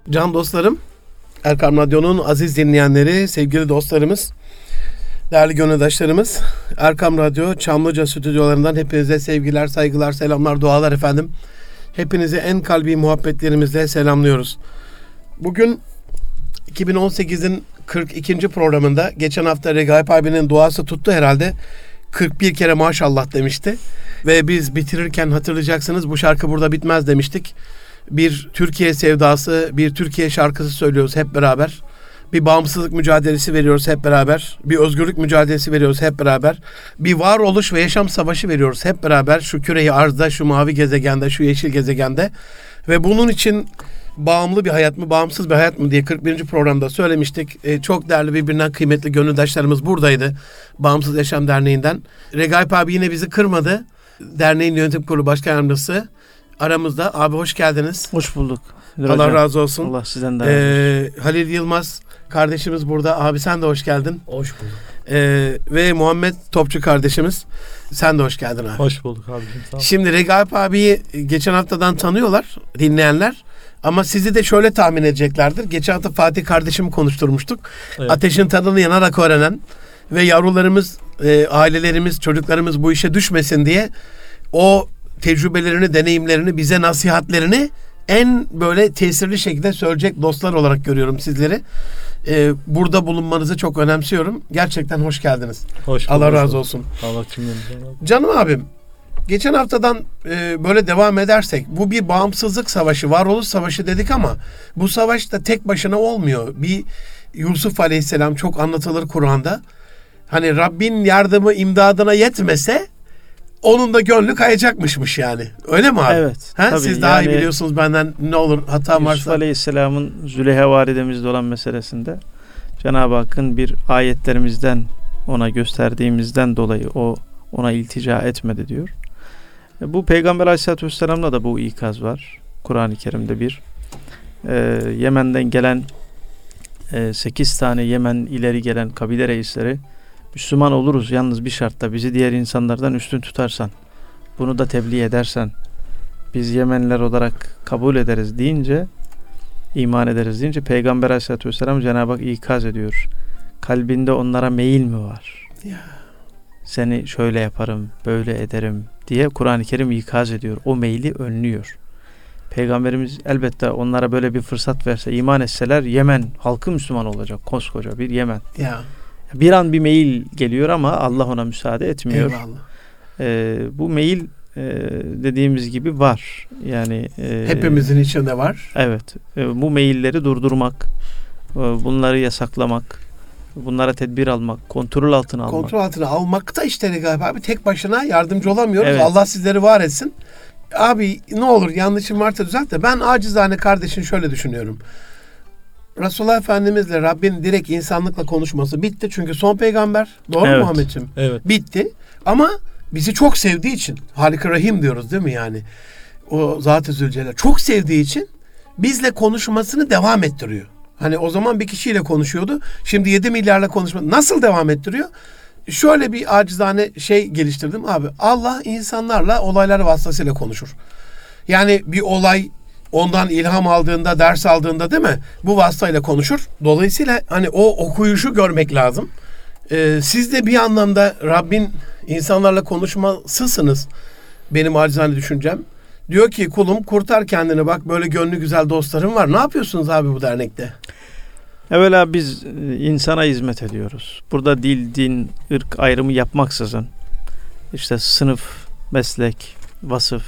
Can dostlarım, Erkam Radyo'nun aziz dinleyenleri, sevgili dostlarımız, değerli gönüldaşlarımız, Erkam Radyo Çamlıca stüdyolarından hepinize sevgiler, saygılar, selamlar, dualar efendim. Hepinizi en kalbi muhabbetlerimizle selamlıyoruz. Bugün 2018'in 42. programında, geçen hafta Regaip abinin duası tuttu herhalde. 41 kere maşallah demişti. Ve biz bitirirken hatırlayacaksınız, bu şarkı burada bitmez demiştik. Bir Türkiye sevdası, bir Türkiye şarkısı söylüyoruz hep beraber. Bir bağımsızlık mücadelesi veriyoruz hep beraber. Bir özgürlük mücadelesi veriyoruz hep beraber. Bir varoluş ve yaşam savaşı veriyoruz hep beraber. Şu küreyi arzda, şu mavi gezegende, şu yeşil gezegende. Ve bunun için bağımlı bir hayat mı, bağımsız bir hayat mı diye 41. programda söylemiştik. Çok değerli, birbirinden kıymetli gönüldaşlarımız buradaydı. Bağımsız Yaşam Derneği'nden. Regaip abi yine bizi kırmadı. Derneğin yönetim kurulu başkan yardımcısı aramızda. Abi hoş geldiniz. Hoş bulduk. Allah razı olsun. Allah sizden de razı olsun. Halil Yılmaz kardeşimiz burada. Abi sen de hoş geldin. Hoş bulduk. Ve Muhammed Topçu kardeşimiz. Sen de hoş geldin abi. Hoş bulduk abicim. Sağ ol. Şimdi Regaip abiyi geçen haftadan tanıyorlar dinleyenler. Ama sizi de şöyle tahmin edeceklerdir. Geçen hafta Fatih kardeşimi konuşturmuştuk. Evet. Ateşin tadını yanarak öğrenen ve yavrularımız, ailelerimiz, çocuklarımız bu işe düşmesin diye o tecrübelerini, deneyimlerini, bize nasihatlerini en böyle tesirli şekilde söyleyecek dostlar olarak görüyorum sizleri. Burada bulunmanızı çok önemsiyorum. Gerçekten hoş geldiniz. Hoş bulduk. Allah razı olsun. Allah cümlemizden. Canım abim, geçen haftadan böyle devam edersek, bu bir bağımsızlık savaşı, varoluş savaşı dedik ama bu savaş da tek başına olmuyor. Bir Yusuf Aleyhisselam çok anlatılır Kur'an'da. Hani Rabbin yardımı imdadına yetmese onun da gönlü kayacakmışmış yani. Öyle mi abi? Evet. Ha? Tabii, Siz daha iyi yani biliyorsunuz benden, ne olur hatam Yusuf varsa. Aleyhisselam'ın Züleyha validemizde olan meselesinde Cenab-ı Hakk'ın bir ayetlerimizden, ona gösterdiğimizden dolayı o ona iltica etmedi diyor. Bu Peygamber Aleyhisselatü Vesselam'da da bu ikaz var. Kur'an-ı Kerim'de bir Yemen'den gelen 8 tane Yemen ileri gelen kabile reisleri, Müslüman oluruz yalnız bir şartla, bizi diğer insanlardan üstün tutarsan, bunu da tebliğ edersen biz Yemenliler olarak kabul ederiz deyince, iman ederiz deyince Peygamber Aleyhisselatü Vesselam Cenab-ı Hak ikaz ediyor. Kalbinde onlara meyil mi var? Ya. Seni şöyle yaparım, böyle ederim diye Kur'an-ı Kerim ikaz ediyor. O meyli önlüyor. Peygamberimiz elbette onlara böyle bir fırsat verse, iman etseler Yemen halkı Müslüman olacak. Koskoca bir Yemen. Ya. Bir an bir meyil geliyor ama Allah ona müsaade etmiyor. Eyvallah. Bu meyil dediğimiz gibi var. Yani Hepimizin içinde var. evet. Bu meyilleri durdurmak, bunları yasaklamak, bunlara tedbir almak, kontrol altına almak. Kontrol altına almakta işte Regaip abi, tek başına yardımcı olamıyoruz. Evet. Allah sizleri var etsin. Abi ne olur yanlışım varsa düzelt de, ben acizane kardeşin şöyle düşünüyorum. Resulullah Efendimizle Rabbin direkt insanlıkla konuşması bitti. Çünkü son peygamber. Doğru mu Evet. Muhammedciğim? Evet. Bitti. Ama bizi çok sevdiği için, Halik-i Rahim diyoruz değil mi yani? O Zat-ı Zülcelal çok sevdiği için bizle konuşmasını devam ettiriyor. Hani o zaman bir kişiyle konuşuyordu. Şimdi 7 milyarla konuşma. Nasıl devam ettiriyor? Şöyle bir acizane şey geliştirdim abi. Allah insanlarla olaylar vasıtasıyla konuşur. Yani bir olay ondan ilham aldığında, ders aldığında değil mi? Bu vasıtayla konuşur. Dolayısıyla hani o okuyuşu görmek lazım. Siz de bir anlamda Rabbin insanlarla konuşmasısınız. Benim acizane düşüncem. Diyor ki kulum kurtar kendini, bak böyle gönlü güzel dostlarım var. Ne yapıyorsunuz abi bu dernekte? Evvela biz insana hizmet ediyoruz. Burada dil, din, ırk ayrımı yapmaksızın, işte sınıf, meslek, vasıf,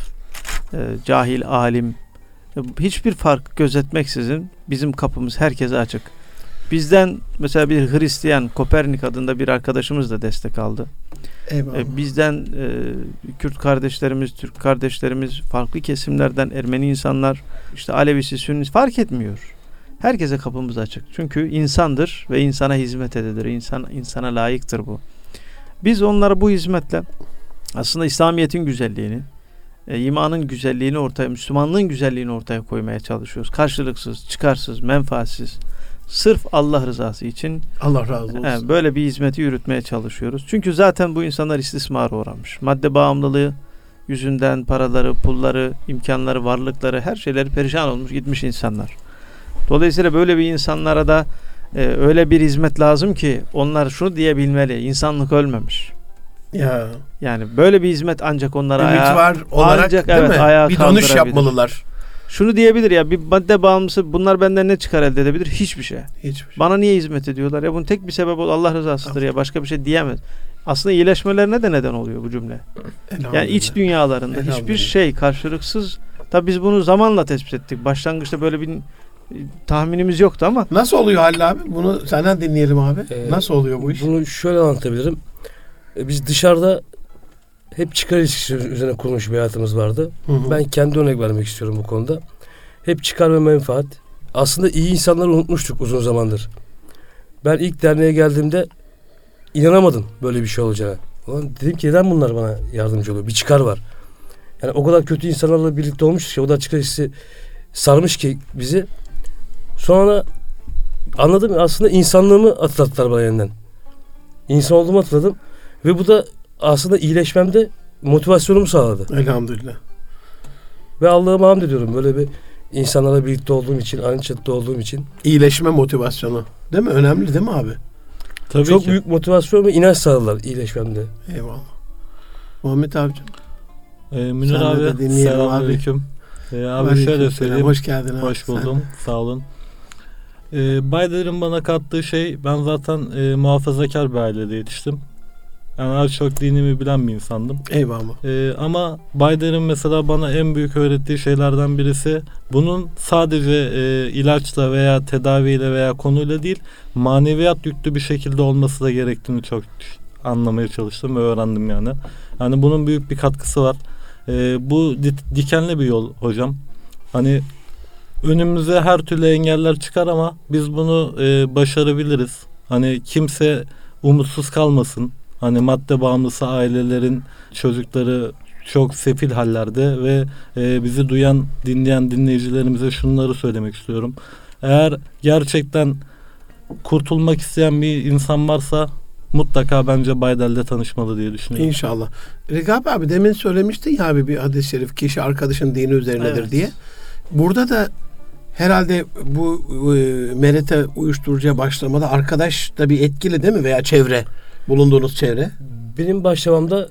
cahil, alim, hiçbir fark gözetmeksizin bizim kapımız herkese açık. Bizden mesela bir Hristiyan, Kopernik adında bir arkadaşımız da destek aldı. Eyvallah. Bizden Kürt kardeşlerimiz, Türk kardeşlerimiz, farklı kesimlerden Ermeni insanlar, işte Alevisi, Sünnisi fark etmiyor. Herkese kapımız açık. Çünkü insandır ve insana hizmet edilir. İnsana layıktır bu. Biz onlara bu hizmetle aslında İslamiyet'in güzelliğini, imanın güzelliğini ortaya, Müslümanlığın güzelliğini ortaya koymaya çalışıyoruz. Karşılıksız, çıkarsız, menfaatsiz, sırf Allah rızası için Allah razı olsun. böyle bir hizmeti yürütmeye çalışıyoruz. Çünkü zaten bu insanlar istismara uğramış. Madde bağımlılığı yüzünden paraları, pulları, imkanları, varlıkları, her şeyleri perişan olmuş gitmiş insanlar. Dolayısıyla böyle bir insanlara da öyle bir hizmet lazım ki onlar şunu diyebilmeli: insanlık ölmemiş. Ya. Yani böyle bir hizmet ancak onlara Ümit var olarak ancak, değil evet, mi? ayağa Bir dönüş kaldırabilir. yapmalılar. Şunu diyebilir ya: bir madde bağımlısı bunlar benden ne çıkar elde edebilir? Hiçbir şey. Hiçbir şey. Bana niye hizmet ediyorlar? Ya bunun tek bir sebep Allah rızasıdır ya. Başka bir şey diyemez. Aslında iyileşmelerine de neden oluyor bu cümle. Yani iç dünyalarında hiçbir şey karşılıksız. Tabii biz bunu zamanla tespit ettik. Başlangıçta böyle bir tahminimiz yoktu ama. Nasıl oluyor Halil abi? Bunu senden dinleyelim abi. Nasıl oluyor bu iş? Bunu şöyle anlatabilirim. Biz dışarıda hep çıkar ilişkisi üzerine kurulmuş bir hayatımız vardı. Hı. Ben kendi örnek vermek istiyorum bu konuda. Hep çıkar ve menfaat. Aslında iyi insanları unutmuştuk uzun zamandır. Ben ilk derneğe geldiğimde inanamadım böyle bir şey olacağına. Ulan dedim ki neden bunlar bana yardımcı oluyor? Bir çıkar var. Yani o kadar kötü insanlarla birlikte olmuşuz ki, o kadar çıkar ilişkisi sarmış ki bizi. Sonra anladım, aslında insanlığımı hatırlattılar bana yeniden. İnsan olduğumu hatırladım. Ve bu da aslında iyileşmemde motivasyonumu sağladı. Elhamdülillah. Ve Allah'ıma hamd ediyorum böyle bir insanlarla birlikte olduğum için, aynı çatıda olduğum için. İyileşme motivasyonu. Değil mi? Önemli değil mi abi? Tabii Çok ki. büyük motivasyon ve inanç sağladılar iyileşmemde. Eyvallah. Muhammed abicim. Münir Sen de abi, dinleyelim selamünaleyküm. Abi Aleyküm şöyle selam. söyleyeyim. Hoş geldin abi. Hoş buldum. Sağ olun. Baydar'ın bana kattığı şey, ben zaten muhafazakar bir ailede yetiştim. Yani az çok dinimi bilen bir insandım. Eyvallah. Ama Baydar'ın mesela bana en büyük öğrettiği şeylerden birisi, bunun sadece ilaçla veya tedaviyle veya konuyla değil, maneviyat yüklü bir şekilde olması da gerektiğini çok anlamaya çalıştım ve öğrendim yani. Yani bunun büyük bir katkısı var. Bu dikenli bir yol hocam. Hani önümüze her türlü engeller çıkar ama biz bunu başarabiliriz. Hani kimse umutsuz kalmasın. Hani madde bağımlısı ailelerin çocukları çok sefil hallerde ve bizi duyan, dinleyen dinleyicilerimize şunları söylemek istiyorum. Eğer gerçekten kurtulmak isteyen bir insan varsa mutlaka bence Baydel'de tanışmalı diye düşünüyorum. İnşallah. Regabi abi demin söylemiştin ya abi, bir hadis-i şerif, kişi arkadaşın dini üzerinedir, Evet. diye. Burada da herhalde bu merete, uyuşturucuya başlamada arkadaş da bir etkili değil mi? Veya çevre, bulunduğunuz çevre. Benim başlamamda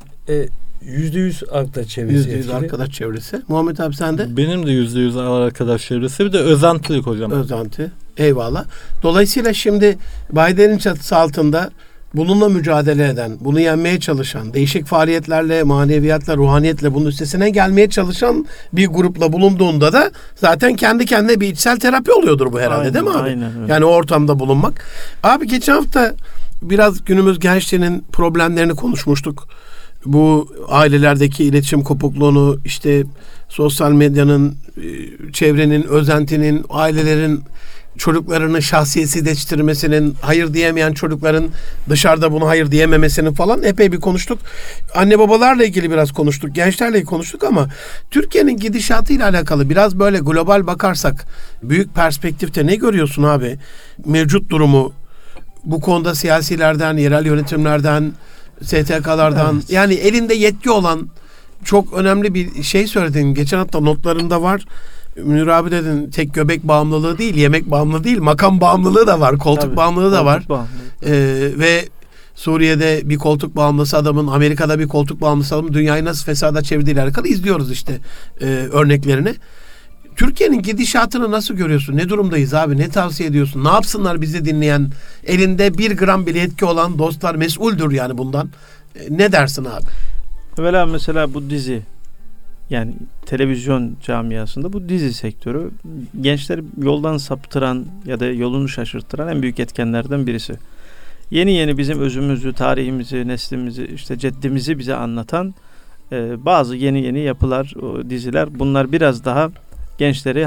%100 arkadaş çevresi %100 etkili. arkadaş çevresi. Muhammed abi sen de? Benim de %100 arkadaş çevresi, bir de özentilik hocam. Özenti. Eyvallah. Dolayısıyla şimdi Bayder'in çatısı altında bununla mücadele eden, bunu yenmeye çalışan, değişik faaliyetlerle, maneviyatla, ruhaniyetle bunun üstesine gelmeye çalışan bir grupla bulunduğunda da zaten kendi kendine bir içsel terapi oluyordur bu herhalde, Aynen, değil mi abi? aynen öyle. Yani o ortamda bulunmak. Abi geçen hafta biraz günümüz gençliğinin problemlerini konuşmuştuk. Bu ailelerdeki iletişim kopukluğunu, işte sosyal medyanın, çevrenin, özentinin, ailelerin çocuklarını şahsiyetsizleştirmesinin, hayır diyemeyen çocukların dışarıda bunu hayır diyememesinin falan epey bir konuştuk. Anne babalarla ilgili biraz konuştuk, gençlerle ilgili konuştuk ama Türkiye'nin gidişatıyla alakalı biraz böyle global bakarsak, büyük perspektifte ne görüyorsun abi? Mevcut durumu, bu konuda siyasilerden, yerel yönetimlerden, STK'lardan, Evet. yani elinde yetki olan çok önemli bir şey söyledin. Geçen hafta notlarında var. Münir abi dedin, tek göbek bağımlılığı değil, yemek bağımlılığı değil, makam bağımlılığı da var, koltuk Tabii, bağımlılığı da var. koltuk bağımlılığı. Ve Suriye'de bir koltuk bağımlısı adamın, Amerika'da bir koltuk bağımlısı adamın dünyayı nasıl fesada çevirdiğiyle alakalı izliyoruz işte örneklerini. Türkiye'nin gidişatını nasıl görüyorsun? Ne durumdayız abi? Ne tavsiye ediyorsun? Ne yapsınlar bizi dinleyen? Elinde 1 gram bile yetki olan dostlar mesuldür yani bundan. Ne dersin abi? Evvela mesela bu dizi, yani televizyon camiasında bu dizi sektörü gençleri yoldan saptıran ya da yolunu şaşırttıran en büyük etkenlerden birisi. Yeni yeni bizim özümüzü, tarihimizi, neslimizi, işte ceddimizi bize anlatan bazı yeni yeni yapılar, diziler, bunlar biraz daha gençleri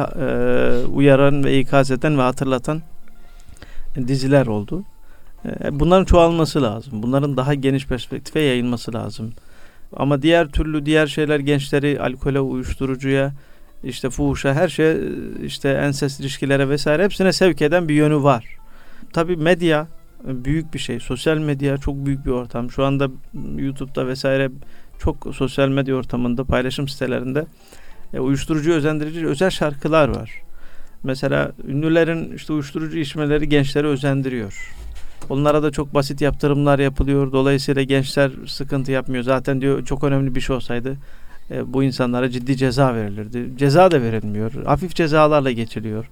uyaran ve ikaz eden ve hatırlatan diziler oldu. Bunların çoğalması lazım. Bunların daha geniş perspektife yayılması lazım. Ama diğer türlü diğer şeyler gençleri alkole, uyuşturucuya, işte fuhuşa, her şeye, işte ensest ilişkilere vesaire hepsine sevk eden bir yönü var. Tabii medya büyük bir şey. Sosyal medya çok büyük bir ortam. Şu anda YouTube'da vesaire çok sosyal medya ortamında, paylaşım sitelerinde uyuşturucu özendirici özel şarkılar var. Mesela ünlülerin işte uyuşturucu içmeleri gençleri özendiriyor. Onlara da çok basit yaptırımlar yapılıyor. Dolayısıyla gençler sıkıntı yapmıyor. Zaten diyor çok önemli bir şey olsaydı bu insanlara ciddi ceza verilirdi. Ceza da verilmiyor. Hafif cezalarla geçiliyor.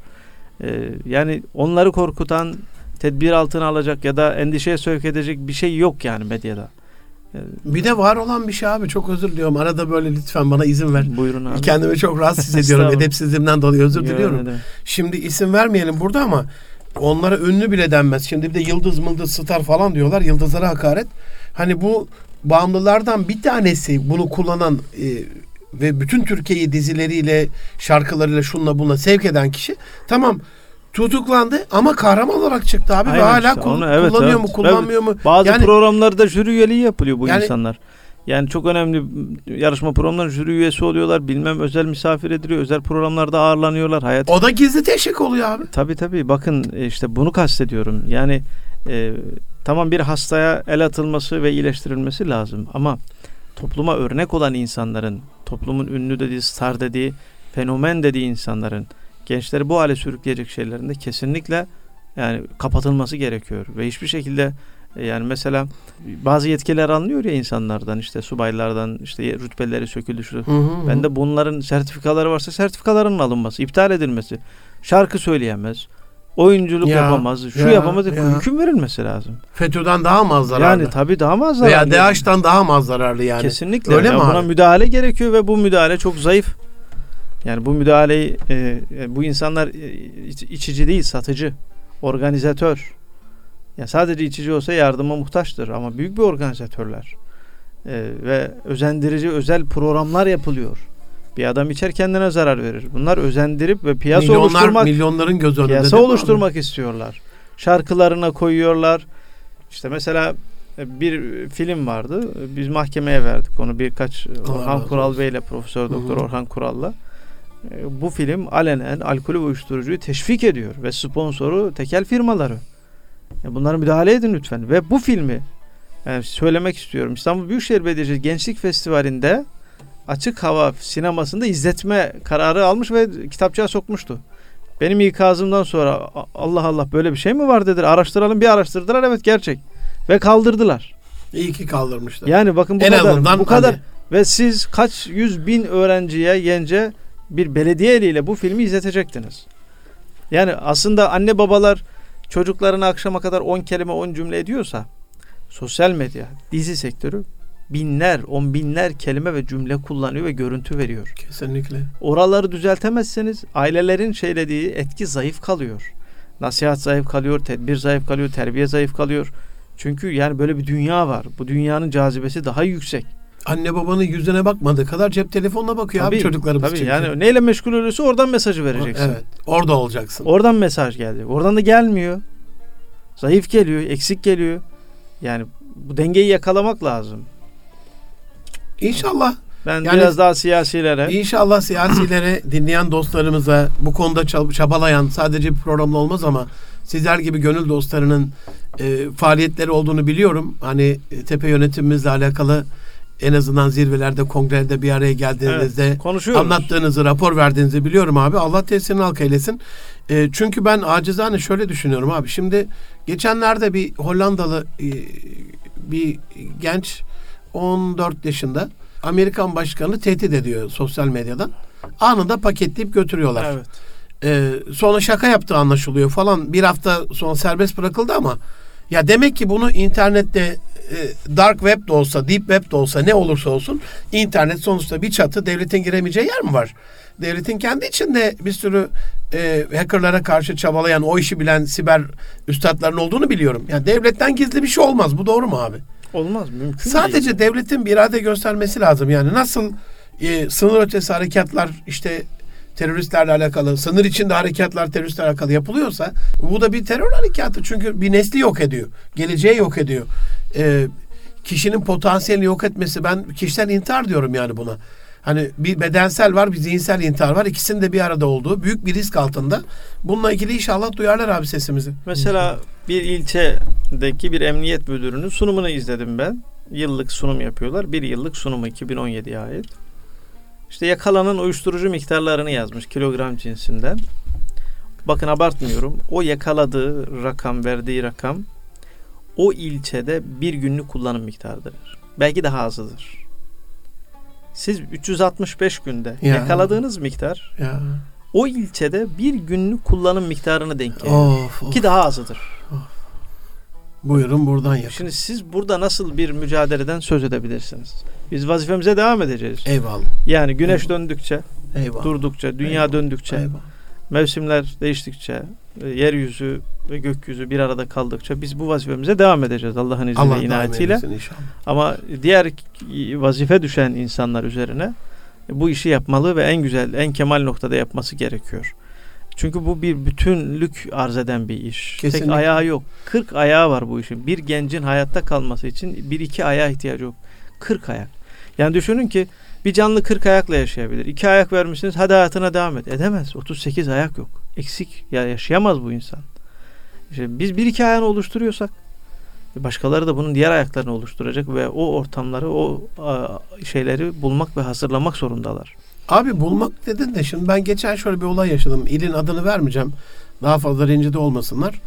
Yani onları korkutan, tedbir altına alacak ya da endişeye sevk edecek bir şey yok yani medyada. Bir de var olan bir şey abi, çok özür diliyorum. Arada böyle lütfen bana izin ver. Buyurun abi. Kendimi çok rahatsız ediyorum. Edepsizliğimden dolayı özür diliyorum. Evet. Şimdi isim vermeyelim burada ama onlara ünlü bile denmez. Şimdi bir de yıldız mıldız star falan diyorlar. Yıldızlara hakaret. Hani bu bağımlılardan bir tanesi bunu kullanan ve bütün Türkiye'yi dizileriyle, şarkılarıyla, şunla bununla sevk eden kişi tamam tutuklandı ama kahraman olarak çıktı abi. Aynen Ve hala işte, onu, kullanıyor mu, kullanmıyor mu? Bazı Yani- programlarda jüri üyeliği yapılıyor bu Yani- insanlar. Yani çok önemli yarışma programlarında jüri üyesi oluyorlar. Bilmem özel misafir ediliyor. Özel programlarda ağırlanıyorlar. Hayat. O da gizli teşvik oluyor abi. Tabii bakın işte bunu kastediyorum. Yani tamam bir hastaya el atılması ve iyileştirilmesi lazım ama topluma örnek olan insanların, toplumun ünlü dediği, star dediği, fenomen dediği insanların gençleri bu hale sürükleyecek şeylerin de kesinlikle yani kapatılması gerekiyor ve hiçbir şekilde yani mesela bazı yetkiler alınıyor ya insanlardan, işte subaylardan, işte rütbeleri söküldü şu. Ben de bunların sertifikaları varsa sertifikalarının alınması, iptal edilmesi. Şarkı söyleyemez, oyunculuk yapamaz, yapamaz, hüküm verilmesi lazım. FETÖ'den daha mı az zararlı? Yani tabii daha mı az zararlı? Veya DAEŞ'ten daha mı az zararlı yani? Kesinlikle. Öyle mi Buna abi? müdahale gerekiyor ve bu müdahale çok zayıf. Yani bu müdahaleyi bu insanlar içici değil, satıcı, organizatör. Ya sadece içici olsa yardıma muhtaçtır ama büyük bir organizatörler. Ve özendirici özel programlar yapılıyor. Bir adam içer kendine zarar verir. Bunlar özendirip ve piyasa oluşturmak, milyonların göz önünde. piyasa oluşturmak istiyorlar. Şarkılarına koyuyorlar. İşte mesela bir film vardı. Biz mahkemeye verdik onu birkaç Orhan Kural Bey ile Profesör Doktor Orhan Kural'la. Bu film alenen alkolü ve uyuşturucuyu teşvik ediyor ve sponsoru tekel firmaları. Bunlara müdahale edin lütfen. Ve bu filmi yani söylemek istiyorum. İstanbul Büyükşehir Belediyesi Gençlik Festivali'nde açık hava sinemasında izletme kararı almış ve kitapçığa sokmuştu. Benim ikazımdan sonra Allah Allah böyle bir şey mi var dediler. Araştıralım, bir araştırdılar. Evet gerçek. Ve kaldırdılar. İyi ki kaldırmışlar. Yani bakın bu kadar. Hani... Ve siz kaç 100.000 öğrenciye, gence bir belediye eliyle bu filmi izletecektiniz. Yani aslında anne babalar çocuklarına akşama kadar 10 kelime 10 cümle ediyorsa sosyal medya, dizi sektörü binler, 10 binler kelime ve cümle kullanıyor ve görüntü veriyor. Kesinlikle. Oraları düzeltemezseniz ailelerin şeylediği etki zayıf kalıyor. Nasihat zayıf kalıyor, tedbir zayıf kalıyor, terbiye zayıf kalıyor. Çünkü yani böyle bir dünya var. Bu dünyanın cazibesi daha yüksek. Anne babanın yüzüne bakmadığı kadar cep telefonuna bakıyor abi çocuklarımız tabii, çünkü. Yani neyle meşgul oluyorsa oradan mesajı vereceksin. Evet. Orada olacaksın. Oradan mesaj geldi. Oradan da gelmiyor. Zayıf geliyor, eksik geliyor. Yani bu dengeyi yakalamak lazım. İnşallah. Ben biraz daha siyasilere. İnşallah siyasilere, dinleyen dostlarımıza, bu konuda çabalayan, sadece bir programla olmaz ama sizler gibi gönül dostlarının faaliyetleri olduğunu biliyorum. Hani tepe yönetimimizle alakalı en azından zirvelerde, kongrelerde bir araya geldiğinizde anlattığınızı, rapor verdiğinizi biliyorum abi. Allah tesirini halk eylesin. Çünkü ben acizane şöyle düşünüyorum abi. Şimdi geçenlerde bir Hollandalı bir genç 14 yaşında Amerikan başkanı tehdit ediyor sosyal medyadan. Anında paketleyip götürüyorlar. Evet. Sonra şaka yaptığı anlaşılıyor falan. Bir hafta sonra serbest bırakıldı ama ya demek ki bunu internette dark web de olsa, deep web de olsa, ne olursa olsun internet sonuçta bir çatı, devletin giremeyeceği yer mi var? Devletin kendi içinde bir sürü hackerlara karşı çabalayan, o işi bilen siber üstadların olduğunu biliyorum. Yani devletten gizli bir şey olmaz. Bu doğru mu abi? Olmaz, mümkün Sadece değil. devletin bir irade göstermesi lazım. Yani nasıl sınır ötesi harekatlar, işte teröristlerle alakalı, sınır içinde harekatlar teröristlerle alakalı yapılıyorsa bu da bir terör harekatı. Çünkü bir nesli yok ediyor. Geleceği yok ediyor. Kişinin potansiyelini yok etmesi, ben kişisel intihar diyorum yani buna. Hani bir bedensel var, bir zihinsel intihar var. İkisinin de bir arada olduğu büyük bir risk altında. Bununla ilgili inşallah duyarlar abi sesimizi. Mesela bir ilçedeki bir emniyet müdürünün sunumunu izledim ben. Yıllık sunum yapıyorlar. Bir yıllık sunumu 2017'ye ait. İşte yakalanan uyuşturucu miktarlarını yazmış kilogram cinsinden. bakın abartmıyorum, o yakaladığı rakam, verdiği rakam o ilçede bir günlük kullanım miktarıdır. Belki daha azıdır. Siz 365 günde yakaladığınız miktar o ilçede bir günlük kullanım miktarına denk geliyor. Ki daha azıdır. Buyurun buradan yapın. Şimdi siz burada nasıl bir mücadeleden söz edebilirsiniz? Biz vazifemize devam edeceğiz. Eyvallah. Yani güneş döndükçe, Eyvallah. durdukça, dünya döndükçe, Eyvallah. mevsimler değiştikçe, yeryüzü ve gökyüzü bir arada kaldıkça biz bu vazifemize devam edeceğiz Allah'ın izniyle, Allah inayetiyle. daim eylesin inşallah. Ama diğer vazife düşen insanlar üzerine bu işi yapmalı ve en güzel, en kemal noktada yapması gerekiyor. Çünkü bu bir bütünlük arz eden bir iş. Kesinlikle. Tek ayağı yok. 40 ayağı var bu işin. Bir gencin hayatta kalması için bir iki ayağa ihtiyacı yok. 40 ayak. Yani düşünün ki bir canlı 40 ayakla yaşayabilir. 2 ayak vermişsiniz, hadi hayatına devam et. Edemez. 38 ayak yok. Eksik. Ya yaşayamaz bu insan. İşte biz bir iki ayağını oluşturuyorsak başkaları da bunun diğer ayaklarını oluşturacak ve o ortamları, o şeyleri bulmak ve hazırlamak zorundalar. Abi bulmak dedin de şimdi ben geçen şöyle bir olay yaşadım. İlin adını vermeyeceğim. Daha fazla rencide olmasınlar.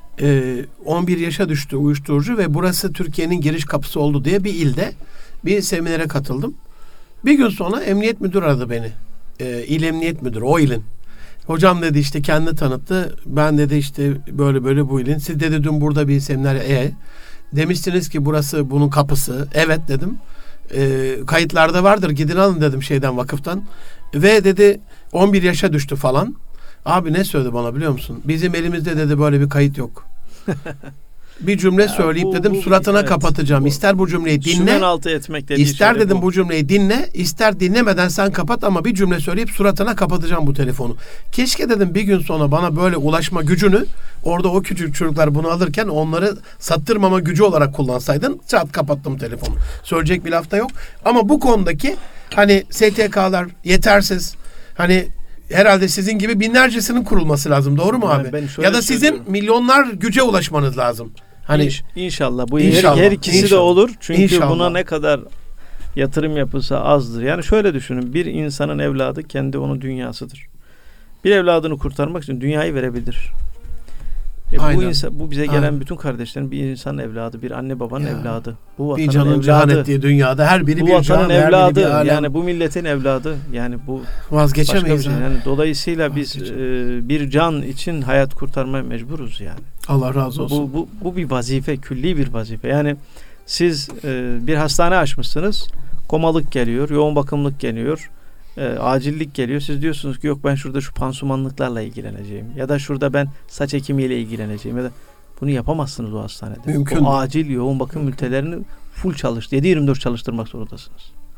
11 yaşa düştü uyuşturucu ve burası Türkiye'nin giriş kapısı oldu diye bir ilde bir seminere katıldım. Bir gün sonra emniyet müdürü aradı beni. İl emniyet müdürü o ilin. Hocam dedi işte kendini tanıttı. Ben dedi işte böyle böyle bu ilin. Siz dedi dün burada bir seminer demiştiniz ki burası bunun kapısı. Evet dedim. Kayıtlarda vardır gidin alın dedim şeyden vakıftan. Ve dedi 11 yaşa düştü falan. Abi ne söyledi bana biliyor musun? Bizim elimizde dedi böyle bir kayıt yok. Bir cümle söyleyip dedim suratına kapatacağım. İster bu cümleyi dinle. Sümen altı etmek dediği İster şey dedim bu cümleyi dinle. İster dinlemeden sen kapat ama bir cümle söyleyip suratına kapatacağım bu telefonu. Keşke dedim bir gün sonra bana böyle ulaşma gücünü orada o küçük çocuklar bunu alırken onları sattırmama gücü olarak kullansaydın çat kapattım telefonu. Söyleyecek bir laf da yok. Ama bu konudaki hani STK'lar yetersiz. Hani herhalde sizin gibi binlercesinin kurulması lazım. Doğru mu abi? Ya da sizin milyonlar güce ulaşmanız lazım. Hani İnşallah bu İnşallah, her ikisi inşallah. de olur. Çünkü İnşallah. buna ne kadar yatırım yapılsa azdır. Yani şöyle düşünün. Bir insanın evladı kendi onun dünyasıdır. Bir evladını kurtarmak için dünyayı verebilir. Bu bize gelen bütün kardeşlerin bir insanın evladı, bir anne babanın evladı. Bu vatanın bir canın cihan ettiği dünyada her biri bu bir vatanın can, evladı. her biri bir alem. Yani bu milletin evladı. Yani bu Vazgeçemeyiz. başka bir şey. Yani dolayısıyla biz bir can için hayat kurtarmaya mecburuz yani. Allah razı olsun. Bu bir vazife, külli bir vazife. Yani siz bir hastane açmışsınız, komalık geliyor, yoğun bakımlık geliyor, acillik geliyor. Siz diyorsunuz ki yok ben şurada şu pansumanlıklarla ilgileneceğim ya da şurada ben saç ekimiyle ilgileneceğim ya da bunu yapamazsınız o hastanede. Mümkün o acil yoğun bakım ünitelerini full 7/24 çalıştırmak zorundasınız.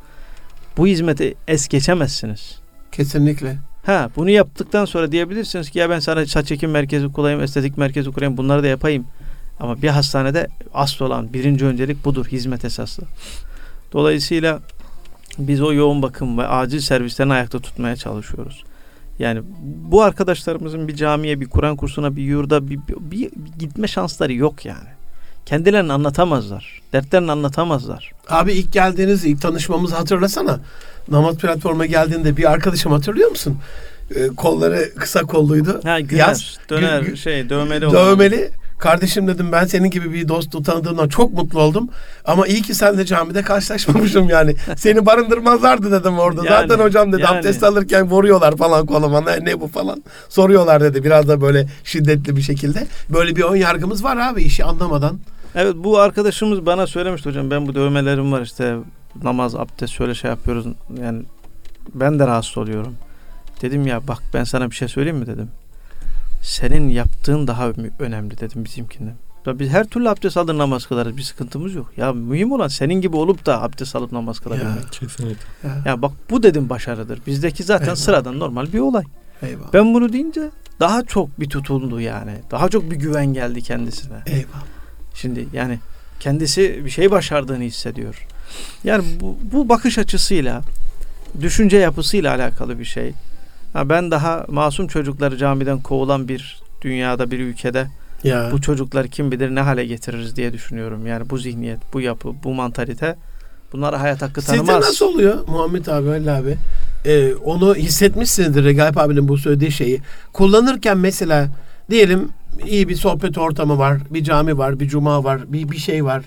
Bu hizmeti es geçemezsiniz. Kesinlikle. Bunu yaptıktan sonra diyebilirsiniz ki ya ben sana saç ekim merkezi kurayım, estetik merkezi kurayım, bunları da yapayım. Ama bir hastanede asıl olan birinci öncelik budur, hizmet esaslı. Dolayısıyla biz o yoğun bakım ve acil servislerini ayakta tutmaya çalışıyoruz. Yani bu arkadaşlarımızın bir camiye, bir Kur'an kursuna, bir yurda bir gitme şansları yok yani. Kendilerini anlatamazlar. Dertlerini anlatamazlar. Abi ilk tanışmamızı hatırlasana. Namaz platformuna geldiğinde bir arkadaşım hatırlıyor musun? Kolları kısa kolluydu. Güner, dövmeli olan. Dövmeli. Kardeşim dedim ben senin gibi bir dostu tanıdığımdan çok mutlu oldum. Ama iyi ki seninle camide karşılaşmamışım yani. Seni barındırmazlardı dedim orada. Yani, zaten hocam dedi abdest alırken vuruyorlar falan koluma. Ne bu falan soruyorlar dedi. Biraz da böyle şiddetli bir şekilde. Böyle bir ön yargımız var abi işi anlamadan. Evet bu arkadaşımız bana söylemişti hocam ben bu dövmelerim var işte namaz, abdest şöyle şey yapıyoruz. Yani ben de rahatsız oluyorum. Dedim ya bak ben sana bir şey söyleyeyim mi dedim. Senin yaptığın daha önemli dedim bizimkinden. Biz her türlü abdest alır namaz kılarız. Bir sıkıntımız yok. Ya mühim olan senin gibi olup da abdest alıp namaz kılabilmek. Kesinlikle. Ya bak bu dedim başarıdır. Bizdeki zaten Eyvallah. Sıradan normal bir olay. Eyvallah. Ben bunu deyince daha çok bir tutundu yani. Daha çok bir güven geldi kendisine. Eyvallah. Şimdi yani kendisi bir şey başardığını hissediyor. Yani bu bakış açısıyla, düşünce yapısıyla alakalı bir şey. Ben daha masum çocukları camiden kovulan bir dünyada, bir ülkede bu çocuklar kim bilir ne hale getiririz diye düşünüyorum. Yani bu zihniyet, bu yapı, bu mantalite bunlara hayat hakkı tanımaz. Sizde nasıl oluyor Muhammed abi, Halil abi? onu hissetmişsinizdir Regaip abinin bu söylediği şeyi. Kullanırken mesela diyelim iyi bir sohbet ortamı var, bir cami var, bir cuma var, bir şey var.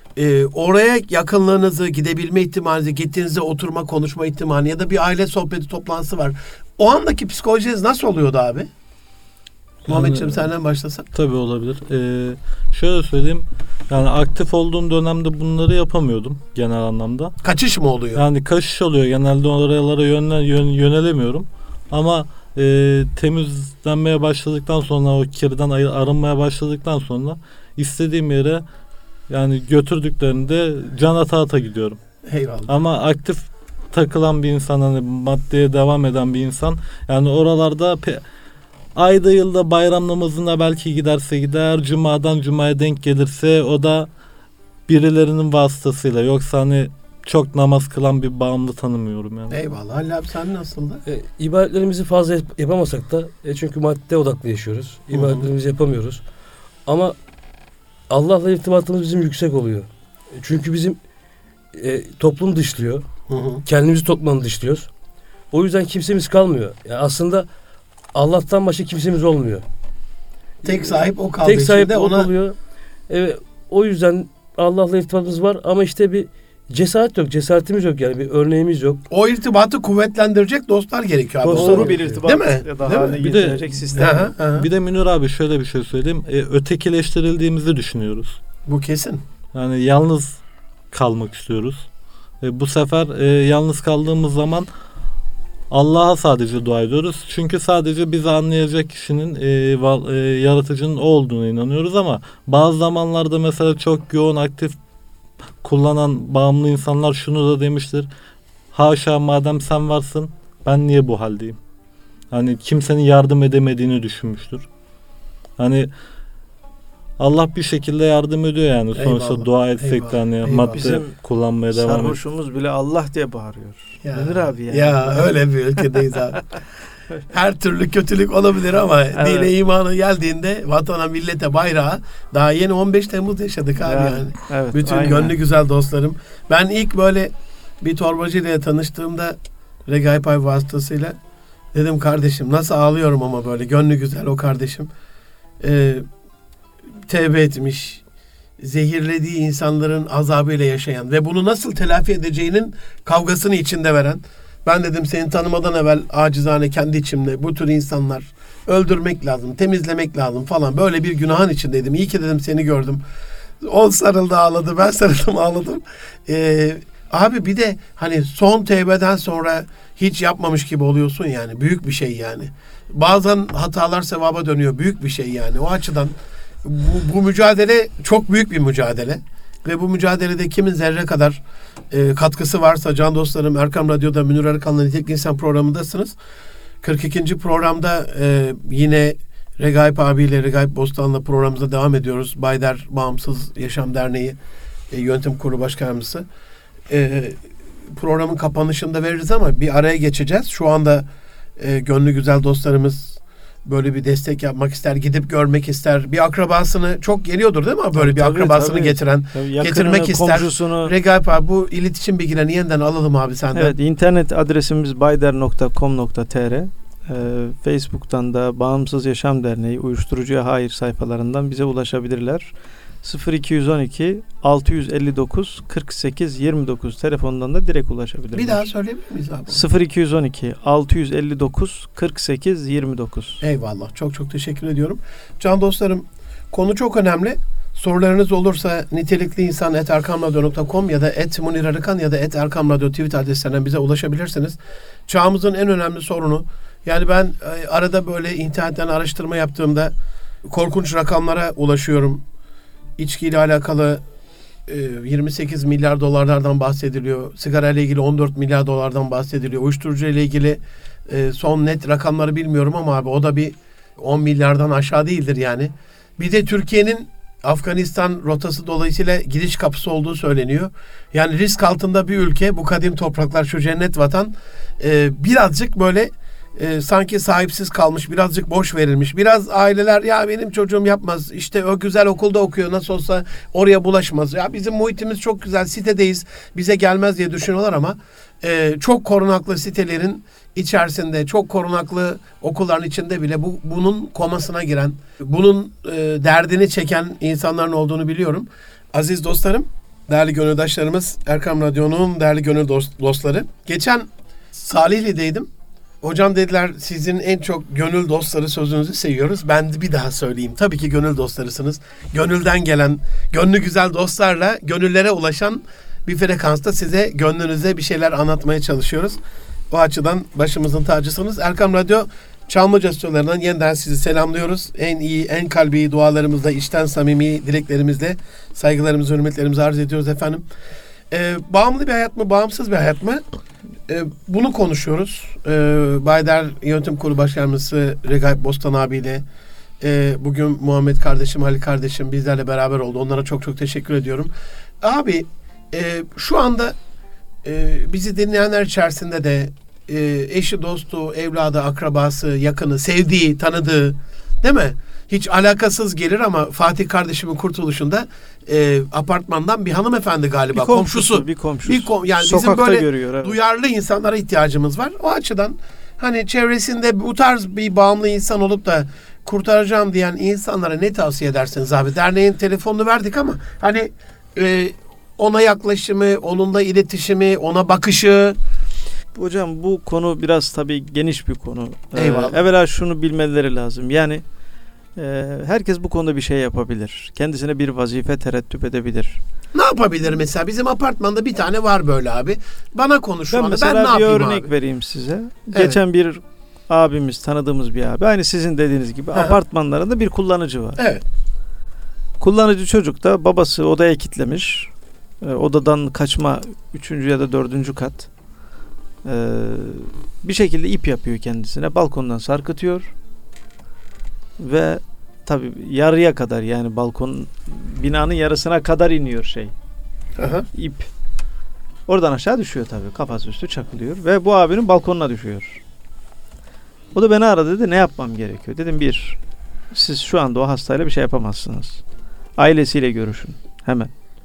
Oraya yakınlığınızı, gidebilme ihtimalinizi, gittiğinizde oturma, konuşma ihtimali ya da bir aile sohbeti, toplantısı var. O andaki psikolojiniz nasıl oluyordu abi? Muhammedciğim senden başlasak. Tabii olabilir. Şöyle söyleyeyim. Yani aktif olduğum dönemde bunları yapamıyordum genel anlamda. Kaçış mı oluyor? Yani kaçış oluyor. Genelde oralara yönelemiyorum. Ama temizlenmeye başladıktan sonra, o kirden arınmaya başladıktan sonra istediğim yere yani götürdüklerinde can ata gidiyorum. Eyvallah. Ama aktif takılan bir insan, hani maddeye devam eden bir insan, yani oralarda ayda yılda bayram namazına belki giderse gider, cumadan cumaya denk gelirse o da birilerinin vasıtasıyla, yoksa hani çok namaz kılan bir bağımlı tanımıyorum yani. Eyvallah. Halil abi sen nasıldı? İbadetlerimizi fazla yapamasak da çünkü madde odaklı yaşıyoruz. İbadetlerimizi yapamıyoruz. Ama Allah'la irtibatımız bizim yüksek oluyor. Çünkü bizim toplum dışlıyor. Kendimizi toplumdan dışlıyoruz. O yüzden kimsemiz kalmıyor. Yani aslında Allah'tan başka kimsemiz olmuyor. Tek sahip o kaldı. Tek sahip o ona... oluyor. O yüzden Allah'la irtibatımız var ama işte bir cesaret yok. Cesaretimiz yok yani. Bir örneğimiz yok. O irtibatı kuvvetlendirecek dostlar gerekiyor abi. Doğru bir irtibat. Değil mi? Ya da Değil haline mi? getirecek sistem. Bir de Münir abi şöyle bir şey söyleyeyim. Ötekileştirildiğimizi düşünüyoruz. Bu kesin. Yani yalnız kalmak istiyoruz. Bu sefer yalnız kaldığımız zaman Allah'a sadece dua ediyoruz. Çünkü sadece bizi anlayacak kişinin, yaratıcının o olduğuna inanıyoruz ama bazı zamanlarda mesela çok yoğun aktif kullanan bağımlı insanlar şunu da demiştir. Haşa, madem sen varsın ben niye bu haldeyim? Hani kimsenin yardım edemediğini düşünmüştür. Hani Allah bir şekilde yardım ediyor yani. Sonuçta Eyvallah, dua etsek eyvallah, de hani eyvallah. madde Bizim kullanmaya devam ediyor. Sarhoşumuz bile Allah diye bağırıyor. Münir abi yani. Ya öyle bir ülkedeyiz abi. Her türlü kötülük olabilir ama Evet. dine imanı geldiğinde vatana, millete, bayrağa daha yeni 15 Temmuz yaşadık abi yani. Evet, Bütün aynen. gönlü güzel dostlarım. Ben ilk böyle bir torbacıyla tanıştığımda Regaip abi vasıtasıyla dedim kardeşim nasıl ağlıyorum ama böyle gönlü güzel o kardeşim. Tevbe etmiş, zehirlediği insanların azabıyla yaşayan ve bunu nasıl telafi edeceğinin kavgasını içinde veren. Ben dedim seni tanımadan evvel acizane kendi içimde bu tür insanlar öldürmek lazım, temizlemek lazım falan. Böyle bir günahın içindeydim. İyi ki dedim seni gördüm. O sarıldı ağladı, ben sarıldım ağladım. Abi bir de hani son tevbeden sonra hiç yapmamış gibi oluyorsun yani. Büyük bir şey yani. Bazen hatalar sevaba dönüyor. Büyük bir şey yani. O açıdan bu mücadele çok büyük bir mücadele. Ve bu mücadelede kimin zerre kadar katkısı varsa can dostlarım Erkam Radyo'da Münir Arıkan'la Nitelikli İnsan programındasınız. 42. programda yine Regaip abiyle Regaip Bostan'la programımıza devam ediyoruz. Bayder Bağımsız Yaşam Derneği Yönetim Kurulu Başkanımızı. Programın kapanışında veririz ama bir araya geçeceğiz. Şu anda gönlü güzel dostlarımız böyle bir destek yapmak ister, gidip görmek ister. Bir akrabasını çok geliyordur değil mi? Böyle bir akrabasını getiren, getirmek ister. Komşusunu. Regaip abi bu iletişim bilgilerini yeniden alalım abi senden. Evet, internet adresimiz bayder.com.tr. Facebook'tan da Bağımsız Yaşam Derneği Uyuşturucuya Hayır sayfalarından bize ulaşabilirler. 0212 659 48 29 telefondan da direkt ulaşabilirler. Bir daha söyleyebilir miyiz abi? 0212 659 48 29. Eyvallah. Çok çok teşekkür ediyorum. Can dostlarım konu çok önemli. Sorularınız olursa nitelikliinsan@erkamradyo.com ya da @munirarıkan ya da @erkamradyo tweet adreslerinden bize ulaşabilirsiniz. Çağımızın en önemli sorunu yani ben arada böyle internetten araştırma yaptığımda korkunç rakamlara ulaşıyorum. İçkiyle alakalı 28 milyar dolarlardan bahsediliyor. Sigara ile ilgili 14 milyar dolardan bahsediliyor. Uyuşturucu ile ilgili son net rakamları bilmiyorum ama abi o da bir 10 milyardan aşağı değildir yani. Bir de Türkiye'nin Afganistan rotası dolayısıyla gidiş kapısı olduğu söyleniyor. Yani risk altında bir ülke bu kadim topraklar şu cennet vatan birazcık böyle sanki sahipsiz kalmış, birazcık boş verilmiş. Biraz aileler ya benim çocuğum yapmaz, işte o güzel okulda okuyor, nasıl olsa oraya bulaşmaz. Ya bizim muhitimiz çok güzel, sitedeyiz, bize gelmez diye düşünüyorlar ama çok korunaklı sitelerin içerisinde, çok korunaklı okulların içinde bile bunun komasına giren, bunun derdini çeken insanların olduğunu biliyorum. Aziz dostlarım, değerli gönüldaşlarımız, Erkam Radyo'nun değerli gönül dostları. Geçen Salihli'deydim. Hocam dediler sizin en çok gönül dostları sözünüzü seviyoruz. Ben de bir daha söyleyeyim. Tabii ki gönül dostlarısınız. Gönülden gelen, gönlü güzel dostlarla gönüllere ulaşan bir frekansta size, gönlünüze bir şeyler anlatmaya çalışıyoruz. O açıdan başımızın tacısınız. Erkam Radyo Çamlıca stüdyolarından yeniden sizi selamlıyoruz. En iyi, en kalbi dualarımızla, içten samimi dileklerimizle saygılarımızı, hürmetlerimizi arz ediyoruz efendim. Bağımlı bir hayat mı, bağımsız bir hayat mı? Bunu konuşuyoruz. Baydar Yönetim Kurulu Başkanımız Regaip Bostan abiyle, bugün Muhammed kardeşim, Ali kardeşim bizlerle beraber oldu. Onlara çok çok teşekkür ediyorum. Abi şu anda bizi dinleyenler içerisinde de eşi, dostu, evladı, akrabası, yakını, sevdiği, tanıdığı, değil mi? Hiç alakasız gelir ama Fatih kardeşimin kurtuluşunda apartmandan bir hanımefendi galiba, komşusu. Yani sokakta bizim böyle görüyor, evet. Duyarlı insanlara ihtiyacımız var. O açıdan hani çevresinde bu tarz bir bağımlı insan olup da kurtaracağım diyen insanlara ne tavsiye edersiniz abi? Derneğin telefonunu verdik ama hani ona yaklaşımı, onunla iletişimi, ona bakışı. Hocam bu konu biraz tabii geniş bir konu. Eyvallah. Evvela şunu bilmeleri lazım. Yani herkes bu konuda bir şey yapabilir. Kendisine bir vazife terettüp edebilir. Ne yapabilir mesela? Bizim apartmanda bir tane var böyle abi. Bana konuş şu anda. Ben Mesela ne bir yapayım örnek abi? vereyim size. Evet. Geçen bir abimiz, tanıdığımız bir abi. Aynı sizin dediğiniz gibi apartmanlarında bir kullanıcı var. Evet. Kullanıcı çocuk da babası odaya kilitlemiş. Odadan kaçma 3. ya da 4. kat. Bir şekilde ip yapıyor kendisine. Balkondan sarkıtıyor. Ve tabii yarıya kadar, yani balkon binanın yarısına kadar iniyor Aha. ip. Oradan aşağı düşüyor tabii. Kafası üstü çakılıyor ve bu abinin balkonuna düşüyor. O da beni aradı, dedi ne yapmam gerekiyor? Dedim siz şu anda o hastayla bir şey yapamazsınız. Ailesiyle görüşün hemen.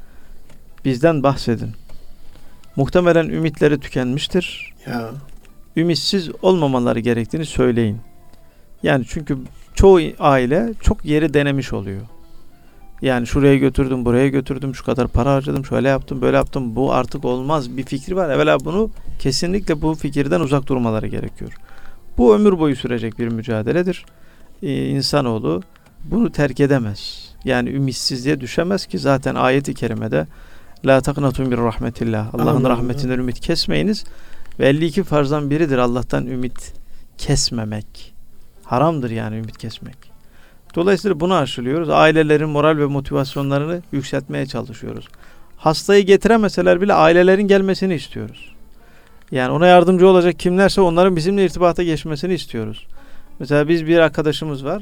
Bizden bahsedin. Muhtemelen ümitleri tükenmiştir. Ya. Ümitsiz olmamaları gerektiğini söyleyin. Yani çünkü çoğu aile çok yeri denemiş oluyor. Yani şuraya götürdüm, buraya götürdüm, şu kadar para harcadım, şöyle yaptım, böyle yaptım. Bu artık olmaz bir fikri var. Evvela bunu kesinlikle bu fikirden uzak durmaları gerekiyor. Bu ömür boyu sürecek bir mücadeledir. İnsanoğlu bunu terk edemez. Yani ümitsizliğe düşemez ki zaten ayet-i kerimede La taknatun bir rahmetillah. Allah'ın rahmetinden ümit kesmeyiniz. Ve 52 farzdan biridir Allah'tan ümit kesmemek. Haramdır yani ümit kesmek. Dolayısıyla bunu aşılıyoruz. Ailelerin moral ve motivasyonlarını yükseltmeye çalışıyoruz. Hastayı getiremeseler bile ailelerin gelmesini istiyoruz. Yani ona yardımcı olacak kimlerse onların bizimle irtibata geçmesini istiyoruz. Mesela biz bir arkadaşımız var.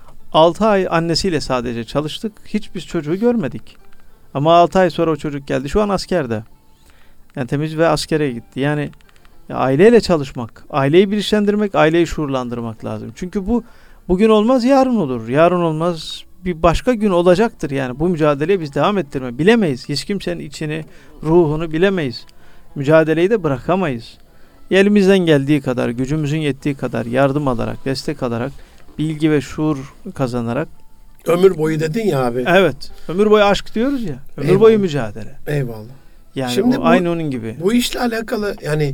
6 ay annesiyle sadece çalıştık. Hiç biz çocuğu görmedik. Ama 6 ay sonra o çocuk geldi. Şu an askerde. Yani temiz ve askere gitti. Yani aileyle çalışmak, aileyi bilinçlendirmek, aileyi şuurlandırmak lazım. Çünkü bu bugün olmaz, yarın olur. Yarın olmaz, bir başka gün olacaktır. Yani bu mücadeleyi biz devam ettirme. Bilemeyiz. Hiç kimsenin içini, ruhunu bilemeyiz. Mücadeleyi de bırakamayız. Elimizden geldiği kadar, gücümüzün yettiği kadar yardım alarak, destek alarak, bilgi ve şuur kazanarak. Ömür boyu dedin ya abi. Evet. Ömür boyu aşk diyoruz ya. Ömür Eyvallah. boyu mücadele. Eyvallah. Yani Şimdi aynı onun gibi. Bu işle alakalı yani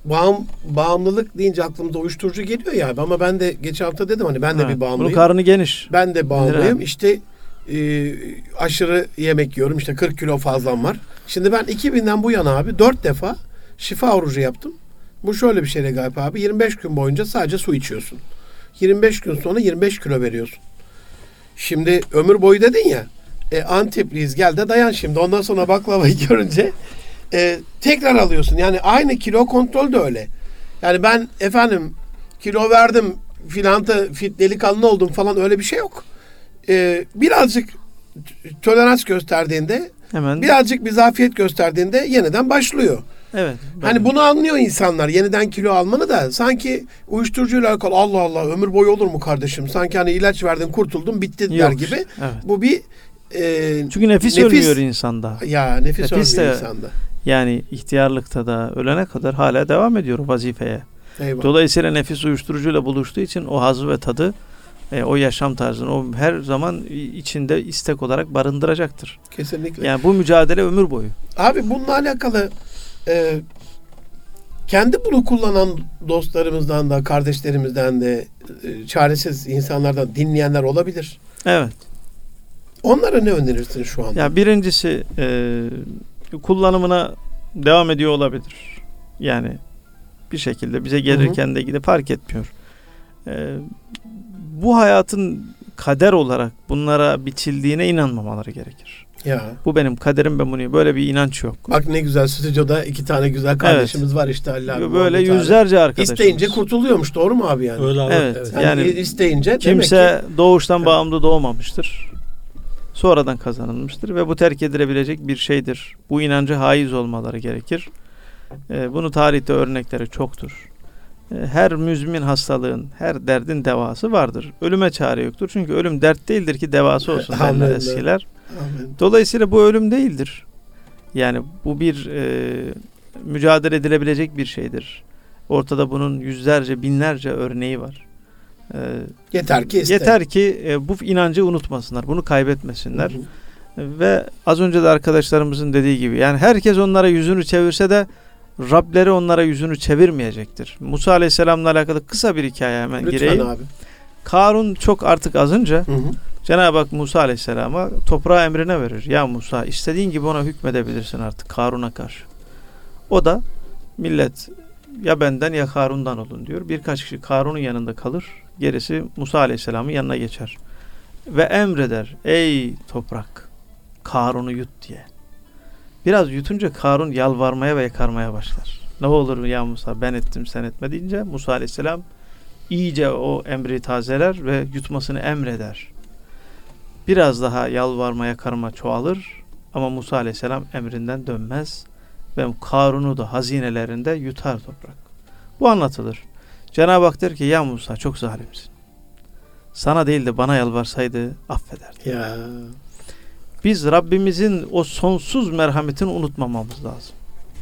bağımlılık deyince aklımda uyuşturucu geliyor ya abi. Ama ben de geçen hafta dedim hani ben de bir bağımlıyım. Bunun karnı geniş. Ben de bağımlıyım. Abi. İşte aşırı yemek yiyorum. İşte 40 kilo fazlam var. Şimdi ben 2000'den bu yana abi 4 defa şifa orucu yaptım. Bu şöyle bir şey Regaip abi. 25 gün boyunca sadece su içiyorsun. 25 gün sonra 25 kilo veriyorsun. Şimdi ömür boyu dedin ya. Antepliyiz, gel de dayan şimdi. Ondan sonra baklavayı görünce tekrar alıyorsun. Yani aynı kilo kontrol de öyle. Yani ben efendim kilo verdim filanta delikanlı oldum falan, öyle bir şey yok. Birazcık tolerans gösterdiğinde, Hemen birazcık bir zafiyet gösterdiğinde yeniden başlıyor. Evet. Hani bunu anlıyor insanlar. Yeniden kilo almanı da sanki uyuşturucuyla alakalı Allah Allah ömür boyu olur mu kardeşim? Sanki hani ilaç verdin kurtuldun bitti der Yok. gibi. Evet. Bu bir Çünkü nefis ölmüyor insanda. Ya nefis Nefis ölmüyor de- insanda. Yani ihtiyarlıkta da ölene kadar hala devam ediyor o vazifeye. Eyvallah. Dolayısıyla nefis uyuşturucuyla buluştuğu için o hazzı ve tadı, o yaşam tarzını o her zaman içinde istek olarak barındıracaktır. Kesinlikle. Yani bu mücadele ömür boyu. Abi bununla alakalı kendi bunu kullanan dostlarımızdan da kardeşlerimizden de çaresiz insanlardan dinleyenler olabilir. Evet. Onlara ne önerirsin şu anda? Ya birincisi kullanımına devam ediyor olabilir. Yani bir şekilde bize gelirken de gidip fark etmiyor. Bu hayatın kader olarak bunlara biçildiğine inanmamaları gerekir. Ya. Bu benim kaderim, ben bunu, böyle bir inanç yok. Bak ne güzel stüdyoda 2 tane güzel kardeşimiz var işte Halil abi. Böyle Muhammed abi. yüzlerce arkadaşımız. İsteyince kurtuluyormuş, doğru mu abi yani? Öyle abi. Evet. Yani, Yani isteyince kimse demek ki doğuştan bağımlı doğmamıştır. Sonradan kazanılmıştır ve bu terk edilebilecek bir şeydir. Bu inancı haiz olmaları gerekir. Bunu tarihte örnekleri çoktur. Her müzmin hastalığın, her derdin devası vardır. Ölüme çare yoktur. Çünkü ölüm dert değildir ki devası olsun derler Amin. eskiler. Amin. Dolayısıyla bu ölüm değildir. Yani bu bir mücadele edilebilecek bir şeydir. Ortada bunun yüzlerce, binlerce örneği var. Yeter ki iste. Yeter ki bu inancı unutmasınlar, bunu kaybetmesinler. Hı hı. Ve az önce de arkadaşlarımızın dediği gibi, yani herkes onlara yüzünü çevirse de Rableri onlara yüzünü çevirmeyecektir. Musa Aleyhisselam'la alakalı kısa bir hikaye hemen Lütfen gireyim. abi. Karun çok artık azınca Hı hı. Cenab-ı Hak Musa Aleyhisselam'a toprağı emrine verir. Ya Musa, istediğin gibi ona hükmedebilirsin artık Karun'a karşı. O da millet ya benden ya Karun'dan olun diyor. Birkaç kişi Karun'un yanında kalır. Gerisi Musa Aleyhisselam'ın yanına geçer. Ve emreder. Ey toprak, Karun'u yut diye. Biraz yutunca Karun yalvarmaya ve yakarmaya başlar. Ne olur ya Musa, ben ettim sen etme deyince Musa Aleyhisselam iyice o emri tazeler ve yutmasını emreder. Biraz daha yalvarma yakarma çoğalır ama Musa Aleyhisselam emrinden dönmez ve Karun'u da hazinelerinde yutar toprak. Bu anlatılır. Cenab-ı Hak der ki ya Musa, çok zalimsin. Sana değil de bana yalvarsaydı affederdi. Ya. Biz Rabbimizin o sonsuz merhametini unutmamamız lazım.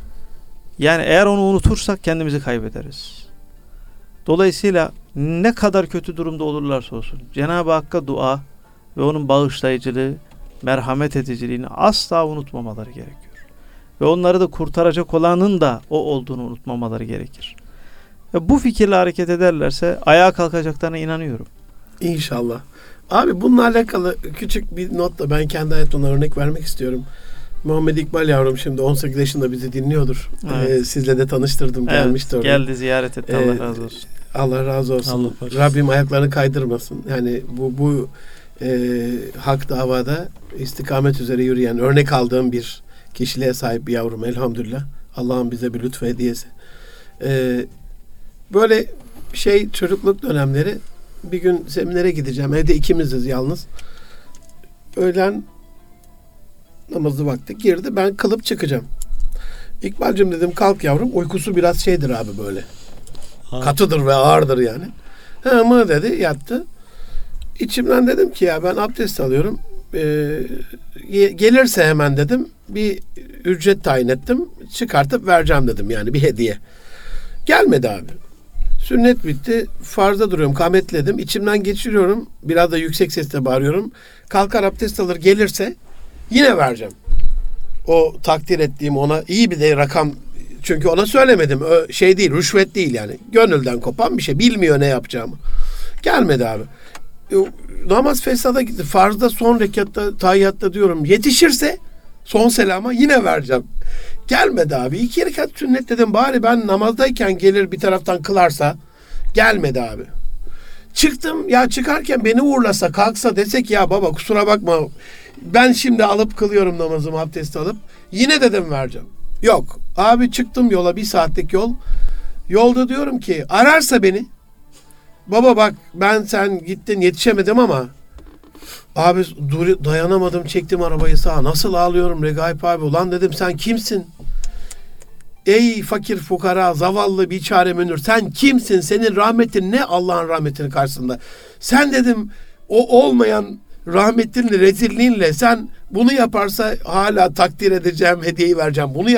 Yani eğer onu unutursak kendimizi kaybederiz. Dolayısıyla ne kadar kötü durumda olurlarsa olsun Cenab-ı Hakk'a dua ve onun bağışlayıcılığı, merhamet ediciliğini asla unutmamaları gerekiyor. Ve onları da kurtaracak olanın da o olduğunu unutmamaları gerekir. Ve bu fikirle hareket ederlerse ayağa kalkacaklarına inanıyorum. İnşallah. Abi bununla alakalı küçük bir notla ben kendi hayatımdan örnek vermek istiyorum. Muhammed İkbal yavrum şimdi 18 yaşında bizi dinliyordur. Evet. Sizle de tanıştırdım, gelmişti oraya. Geldi, ziyaret etti. Allah razı olsun. Allah razı olsun. Allah başlasın. Rabbim ayaklarını kaydırmasın. Yani bu hak davada istikamet üzere yürüyen, örnek aldığım bir kişiliğe sahip bir yavrum elhamdülillah. Allah'ın bize bir lütfu hediyesi. Böyle çocukluk dönemleri, bir gün seminere gideceğim. Evde ikimiziz yalnız. Öğlen namazı vakti girdi. Ben kılıp çıkacağım. İkbal'cim dedim kalk yavrum. Uykusu biraz şeydir abi böyle. Katıdır ve ağırdır yani. Ama dedi, yattı. İçimden dedim ki ya ben abdest alıyorum. Gelirse hemen dedim bir ücret tayin ettim. Çıkartıp vereceğim dedim, yani bir hediye. Gelmedi abi. Sünnet bitti. Farza duruyorum. Kametledim. İçimden geçiriyorum. Biraz da yüksek sesle bağırıyorum. Kalkar abdest alır gelirse yine vereceğim. O takdir ettiğim ona iyi bir de rakam. Çünkü ona söylemedim. Değil, rüşvet değil yani. Gönülden kopan bir şey. Bilmiyor ne yapacağımı. Gelmedi abi. Namaz fesada gitti. Farzda son rekatta, tahiyyatta diyorum. Yetişirse son selama yine vereceğim. Gelmedi abi. 2 rekat sünnet dedim. Bari ben namazdayken gelir bir taraftan kılarsa. Gelmedi abi. Çıktım. Ya çıkarken beni uğurlasa, kalksa, desek ya baba kusura bakma. Ben şimdi alıp kılıyorum namazımı, abdest alıp. Yine dedim vereceğim. Yok. Abi çıktım yola, 1 saatlik yol. Yolda diyorum ki ararsa beni. Baba bak ben sen gittin yetişemedim ama abi dayanamadım, çektim arabayı sağa. Nasıl ağlıyorum Regaip abi. Ulan dedim sen kimsin? Ey fakir fukara, zavallı biçare Münir, sen kimsin? Senin rahmetin ne Allah'ın rahmetinin karşısında? Sen dedim o olmayan rahmetinle, rezilliğinle sen bunu yaparsa hala takdir edeceğim, hediyeyi vereceğim. Bunu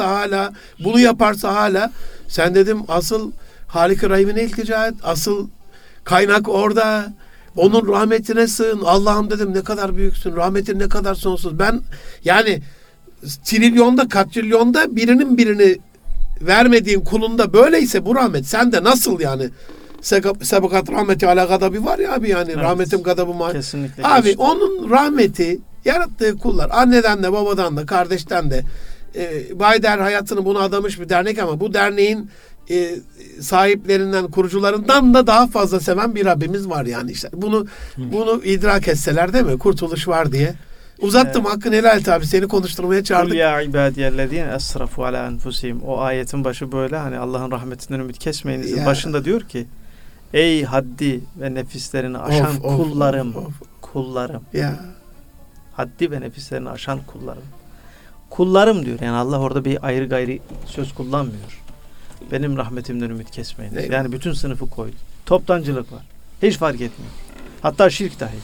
yaparsa hala sen dedim asıl Halik-i Rahim'ine iltica et. Asıl kaynak orada. Onun rahmetine sığın. Allah'ım dedim ne kadar büyüksün. Rahmetin ne kadar sonsuz. Ben yani trilyonda, katrilyonda birinin birini vermediğin kulunda böyleyse bu rahmet sende nasıl yani? Sebakat rahmeti ala gadabi var ya abi yani. Evet. Rahmetim gadabım var. Kesinlikle. Abi geçti. onun rahmeti yarattığı kullar, anneden de babadan da kardeşten de Bayder hayatını buna adamış bir dernek ama bu derneğin sahiplerinden, kurucularından da daha fazla seven bir Rabbimiz var yani işte. Bunu idrak etseler değil mi? Kurtuluş var diye. Uzattım, hakkını helal et abi. Seni konuşturmaya çağırdık. Kul ya ibadiyellezine esrafu ala enfusihim. O ayetin başı böyle, hani Allah'ın rahmetinden ümit kesmeyinizin Ya. başında diyor ki ey haddi ve nefislerini aşan kullarım. Kullarım. Ya. Haddi ve nefislerini aşan kullarım. Kullarım diyor. Yani Allah orada bir ayrı gayri söz kullanmıyor. Benim rahmetimden ümit kesmeyiniz. Eyvallah. Yani bütün sınıfı koydu. Toptancılık var. Hiç fark etmiyor. Hatta şirk dahi.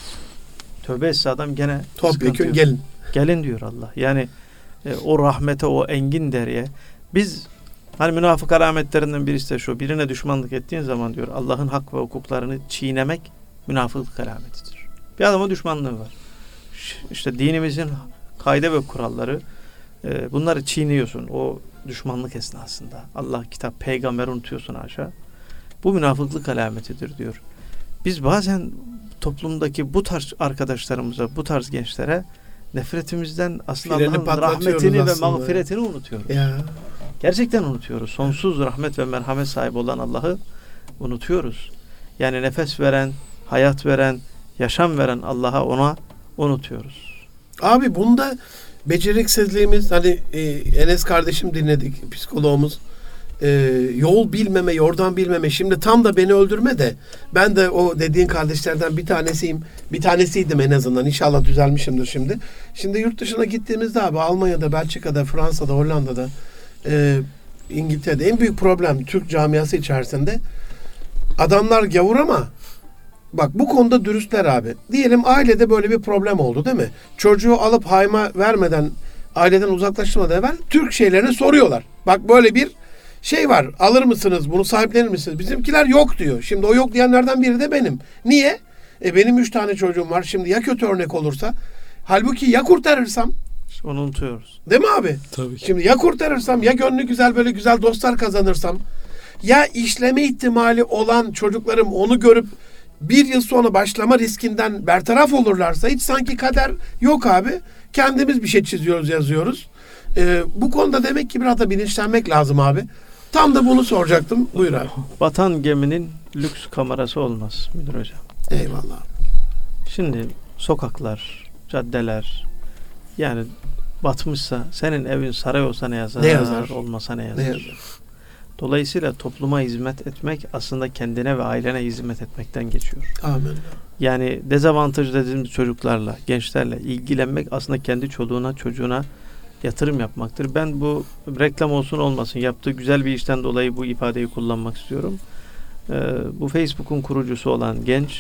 Tövbe etse adam gene Topyekün gelin. Gelin diyor Allah. Yani o rahmete, o engin derye. Biz hani münafık alametlerinden birisi de şu. Birine düşmanlık ettiğin zaman diyor Allah'ın hak ve hukuklarını çiğnemek münafıklık alametidir. Bir adama düşmanlığı var. İşte dinimizin kaide ve kuralları, bunları çiğniyorsun o düşmanlık esnasında. Allah, kitap, peygamber unutuyorsun haşa. Bu münafıklık alametidir diyor. Biz bazen toplumdaki bu tarz arkadaşlarımıza, bu tarz gençlere nefretimizden aslında Freni Allah'ın patlatıyoruz rahmetini ve aslında. mağfiretini unutuyoruz. Ya. Gerçekten unutuyoruz. Sonsuz rahmet ve merhamet sahibi olan Allah'ı unutuyoruz. Yani nefes veren, hayat veren, yaşam veren Allah'a, ona unutuyoruz. Abi bunda beceriksizliğimiz, hani Enes kardeşim dinledik, psikoloğumuz, yol bilmeme, yordan bilmeme. Şimdi tam da beni öldürme de ben de o dediğin kardeşlerden bir tanesiydim en azından. İnşallah düzelmişimdir şimdi. Şimdi yurt dışına gittiğimizde abi, Almanya'da, Belçika'da, Fransa'da, Hollanda'da, İngiltere'de en büyük problem Türk camiası içerisinde adamlar gavur ama bak bu konuda dürüstler abi. Diyelim ailede böyle bir problem oldu değil mi? Çocuğu alıp hayma vermeden, aileden uzaklaştırmadan evvel Türk şeylerini soruyorlar. Bak böyle bir şey var. Alır mısınız? Bunu sahiplenir misiniz? Bizimkiler yok diyor. Şimdi o yok diyenlerden biri de benim. Niye? Benim 3 tane çocuğum var. Şimdi ya kötü örnek olursa? Halbuki ya kurtarırsam? Onu unutuyoruz. Değil mi abi? Tabii ki. Şimdi ya kurtarırsam, ya gönlü güzel böyle güzel dostlar kazanırsam, ya işleme ihtimali olan çocuklarım onu görüp bir yıl sonra başlama riskinden bertaraf olurlarsa, hiç sanki kader yok abi. Kendimiz bir şey çiziyoruz, yazıyoruz. Bu konuda demek ki biraz da bilinçlenmek lazım abi. Tam da bunu soracaktım. Buyur abi. Batan geminin lüks kamerası olmaz Müdür Hocam. Eyvallah. Şimdi sokaklar, caddeler, yani batmışsa, senin evin saray olsa ne yazar, Ne yazar? olmasa ne yazar. Ne yazar? Dolayısıyla topluma hizmet etmek aslında kendine ve ailene hizmet etmekten geçiyor. Amin. Yani dezavantajlı dediğimiz çocuklarla, gençlerle ilgilenmek aslında kendi çoluğuna, çocuğuna yatırım yapmaktır. Ben bu reklam olsun olmasın yaptığı güzel bir işten dolayı bu ifadeyi kullanmak istiyorum. Bu Facebook'un kurucusu olan genç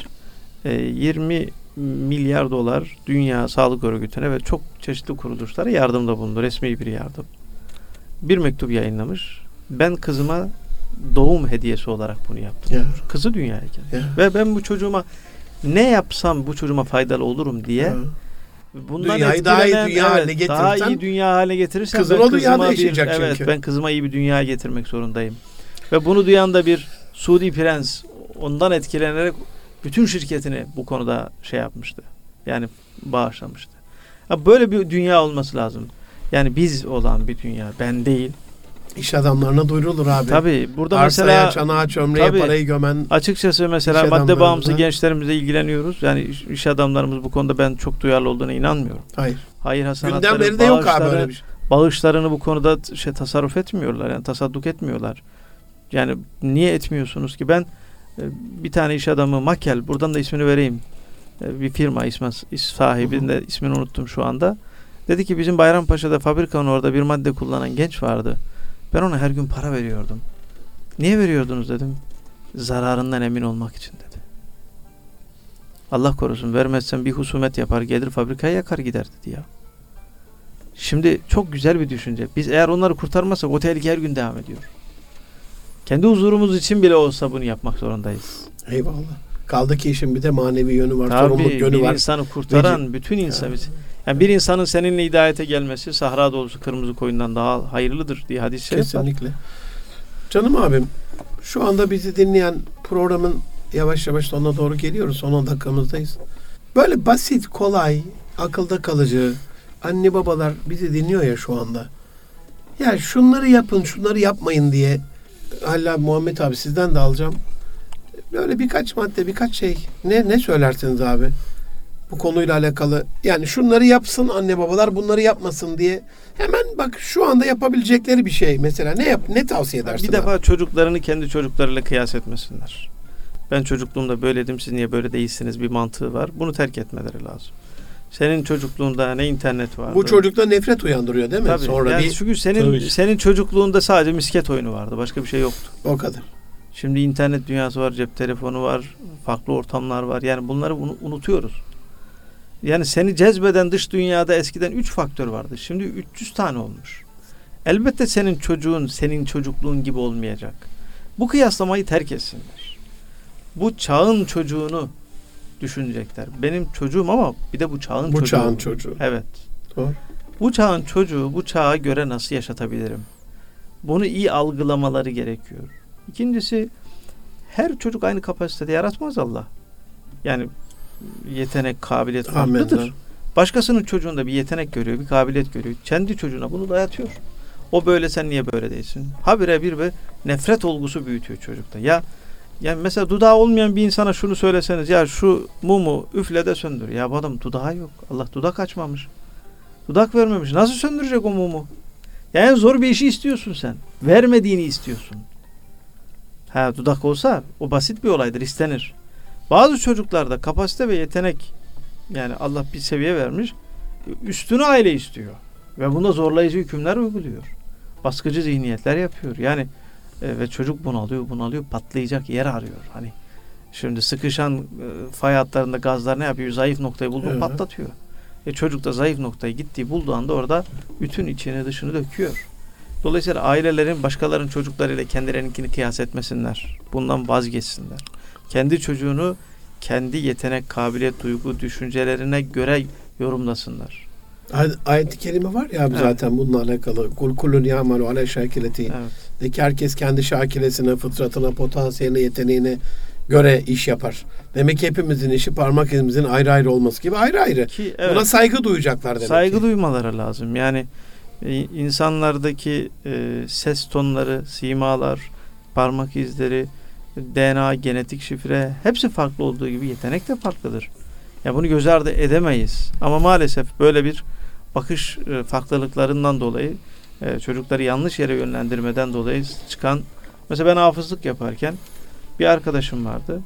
20 milyar dolar Dünya Sağlık Örgütü'ne ve çok çeşitli kuruluşlara yardımda bulundu. Resmi bir yardım. Bir mektup yayınlamış. Ben kızıma doğum hediyesi olarak bunu yaptım. Ya. Kızı dünyayken. Ya. Ve ben bu çocuğuma ne yapsam bu çocuğuma faydalı olurum diye Ya. bundan Dünyayı daha iyi etkilenen, dünya haline daha getirirsen, iyi dünya haline getirirsem kızın ben o dünyada kızıma yaşayacak evet, çünkü. ben kızıma iyi bir dünya getirmek zorundayım. Ve bunu duyan da bir Suudi prens ondan etkilenerek bütün şirketini bu konuda şey yapmıştı. Yani bağışlamıştı. Ya böyle bir dünya olması lazım. Yani biz olan bir dünya, ben değil. iş adamlarına duyurulur abi. Tabii burada Arsaya, mesela çanağa, çömleğe tabii, parayı gömen açıkçası mesela iş madde adamlarımıza- bağımsız gençlerimizle ilgileniyoruz. Yani iş adamlarımız bu konuda ben çok duyarlı olduğuna inanmıyorum. hayır. Hayır Günden hasanatları, beri de yok abi öyle bir şey. bağışlarını bu konuda tasarruf etmiyorlar. Yani tasadduk etmiyorlar. Yani niye etmiyorsunuz ki? Ben bir tane iş adamı Makel, buradan da ismini vereyim. Bir firma sahibinin de ismini unuttum şu anda. Dedi ki bizim Bayrampaşa'da fabrikanın orada bir madde kullanan genç vardı. Ben ona her gün para veriyordum. Niye veriyordunuz dedim. Zararından emin olmak için dedi. Allah korusun vermezsen bir husumet yapar gelir fabrikayı yakar gider dedi ya. Şimdi çok güzel bir düşünce. Biz eğer onları kurtarmazsak o tehlike her gün devam ediyor. Kendi huzurumuz için bile olsa bunu yapmak zorundayız. Eyvallah. Kaldı ki işin bir de manevi yönü var, Tabii, sorumluluk yönü bir var. insanı kurtaran bütün insan. Yani bir insanın seninle hidayete gelmesi Sahra dolusu kırmızı koyundan daha hayırlıdır diye hadis-i şerif var. Kesinlikle. Canım abim, şu anda bizi dinleyen programın yavaş yavaş sonuna doğru geliyoruz. Son 10 dakikamızdayız. Böyle basit, kolay, akılda kalıcı anne babalar bizi dinliyor ya şu anda. Ya şunları yapın, şunları yapmayın diye hala Muhammed abi sizden de alacağım. Böyle birkaç madde, birkaç şey. Ne söylersiniz abi? Bu konuyla alakalı. Yani şunları yapsın anne babalar, bunları yapmasın diye. Hemen bak şu anda yapabilecekleri bir şey. Mesela ne tavsiye edersin? Bir defa çocuklarını kendi çocuklarıyla kıyas etmesinler. Ben çocukluğumda böyleydim, siz niye böyle değilsiniz bir mantığı var. Bunu terk etmeleri lazım. Senin çocukluğunda ne internet vardı. Bu çocukta nefret uyandırıyor değil mi? Tabii. Sonra yani çünkü senin çocukluğunda sadece misket oyunu vardı. Başka bir şey yoktu. o kadar. Şimdi internet dünyası var, cep telefonu var, farklı ortamlar var. Yani bunları unutuyoruz. Yani seni cezbeden dış dünyada eskiden 3 faktör vardı. Şimdi 300 tane olmuş. Elbette senin çocuğun, senin çocukluğun gibi olmayacak. Bu kıyaslamayı terk etsinler. Bu çağın çocuğunu düşünecekler. Benim çocuğum ama bir de bu çağın çocuğu. Bu çağın çocuğu. Evet. Doğru. Bu çağın çocuğu bu çağa göre nasıl yaşatabilirim? Bunu iyi algılamaları gerekiyor. İkincisi, her çocuk aynı kapasitede yaratmaz Allah. Yani yetenek, kabiliyet farklıdır. Amin. Başkasının çocuğunda bir yetenek görüyor, bir kabiliyet görüyor. Kendi çocuğuna bunu dayatıyor. O böyle, sen niye böyle değilsin? Habire bir ve nefret olgusu büyütüyor çocukta. Yani mesela dudağı olmayan bir insana şunu söyleseniz, ya şu mumu üfle de söndür. Ya bu adam dudağı yok. Allah dudak açmamış. Dudak vermemiş. Nasıl söndürecek o mumu? Yani zor bir işi istiyorsun sen. Vermediğini istiyorsun. Dudak olsa o basit bir olaydır, istenir. Bazı çocuklarda kapasite ve yetenek, yani Allah bir seviye vermiş, üstünü aile istiyor. Ve bunda zorlayıcı hükümler uyguluyor. Baskıcı zihniyetler yapıyor. Yani ve çocuk bunalıyor, patlayacak yer arıyor. Hani şimdi sıkışan fay hatlarında gazlar ne yapıyor? Zayıf noktayı buldu, patlatıyor. Çocuk da zayıf noktayı bulduğu anda orada bütün içini dışını döküyor. Dolayısıyla ailelerin başkalarının çocuklarıyla kendilerinkini kıyas etmesinler. Bundan vazgeçsinler. Kendi çocuğunu kendi yetenek, kabiliyet, duygu, düşüncelerine göre yorumlasınlar. Ayet-i kerime var ya abi zaten bununla alakalı. Kul kullun ya'malu ala şakileti. Evet. De ki herkes kendi şakilesine, fıtratına, potansiyeline, yeteneğine göre iş yapar. Demek ki hepimizin işi parmak izimizin ayrı ayrı olması gibi ayrı ayrı. Ki, buna saygı duyacaklar demek saygı ki. duymaları lazım. Yani insanlardaki ses tonları, simalar, parmak izleri, DNA, genetik şifre hepsi farklı olduğu gibi yetenek de farklıdır. Ya bunu göz ardı edemeyiz. Ama maalesef böyle bir bakış farklılıklarından dolayı çocukları yanlış yere yönlendirmeden dolayı çıkan, mesela ben hafızlık yaparken bir arkadaşım vardı.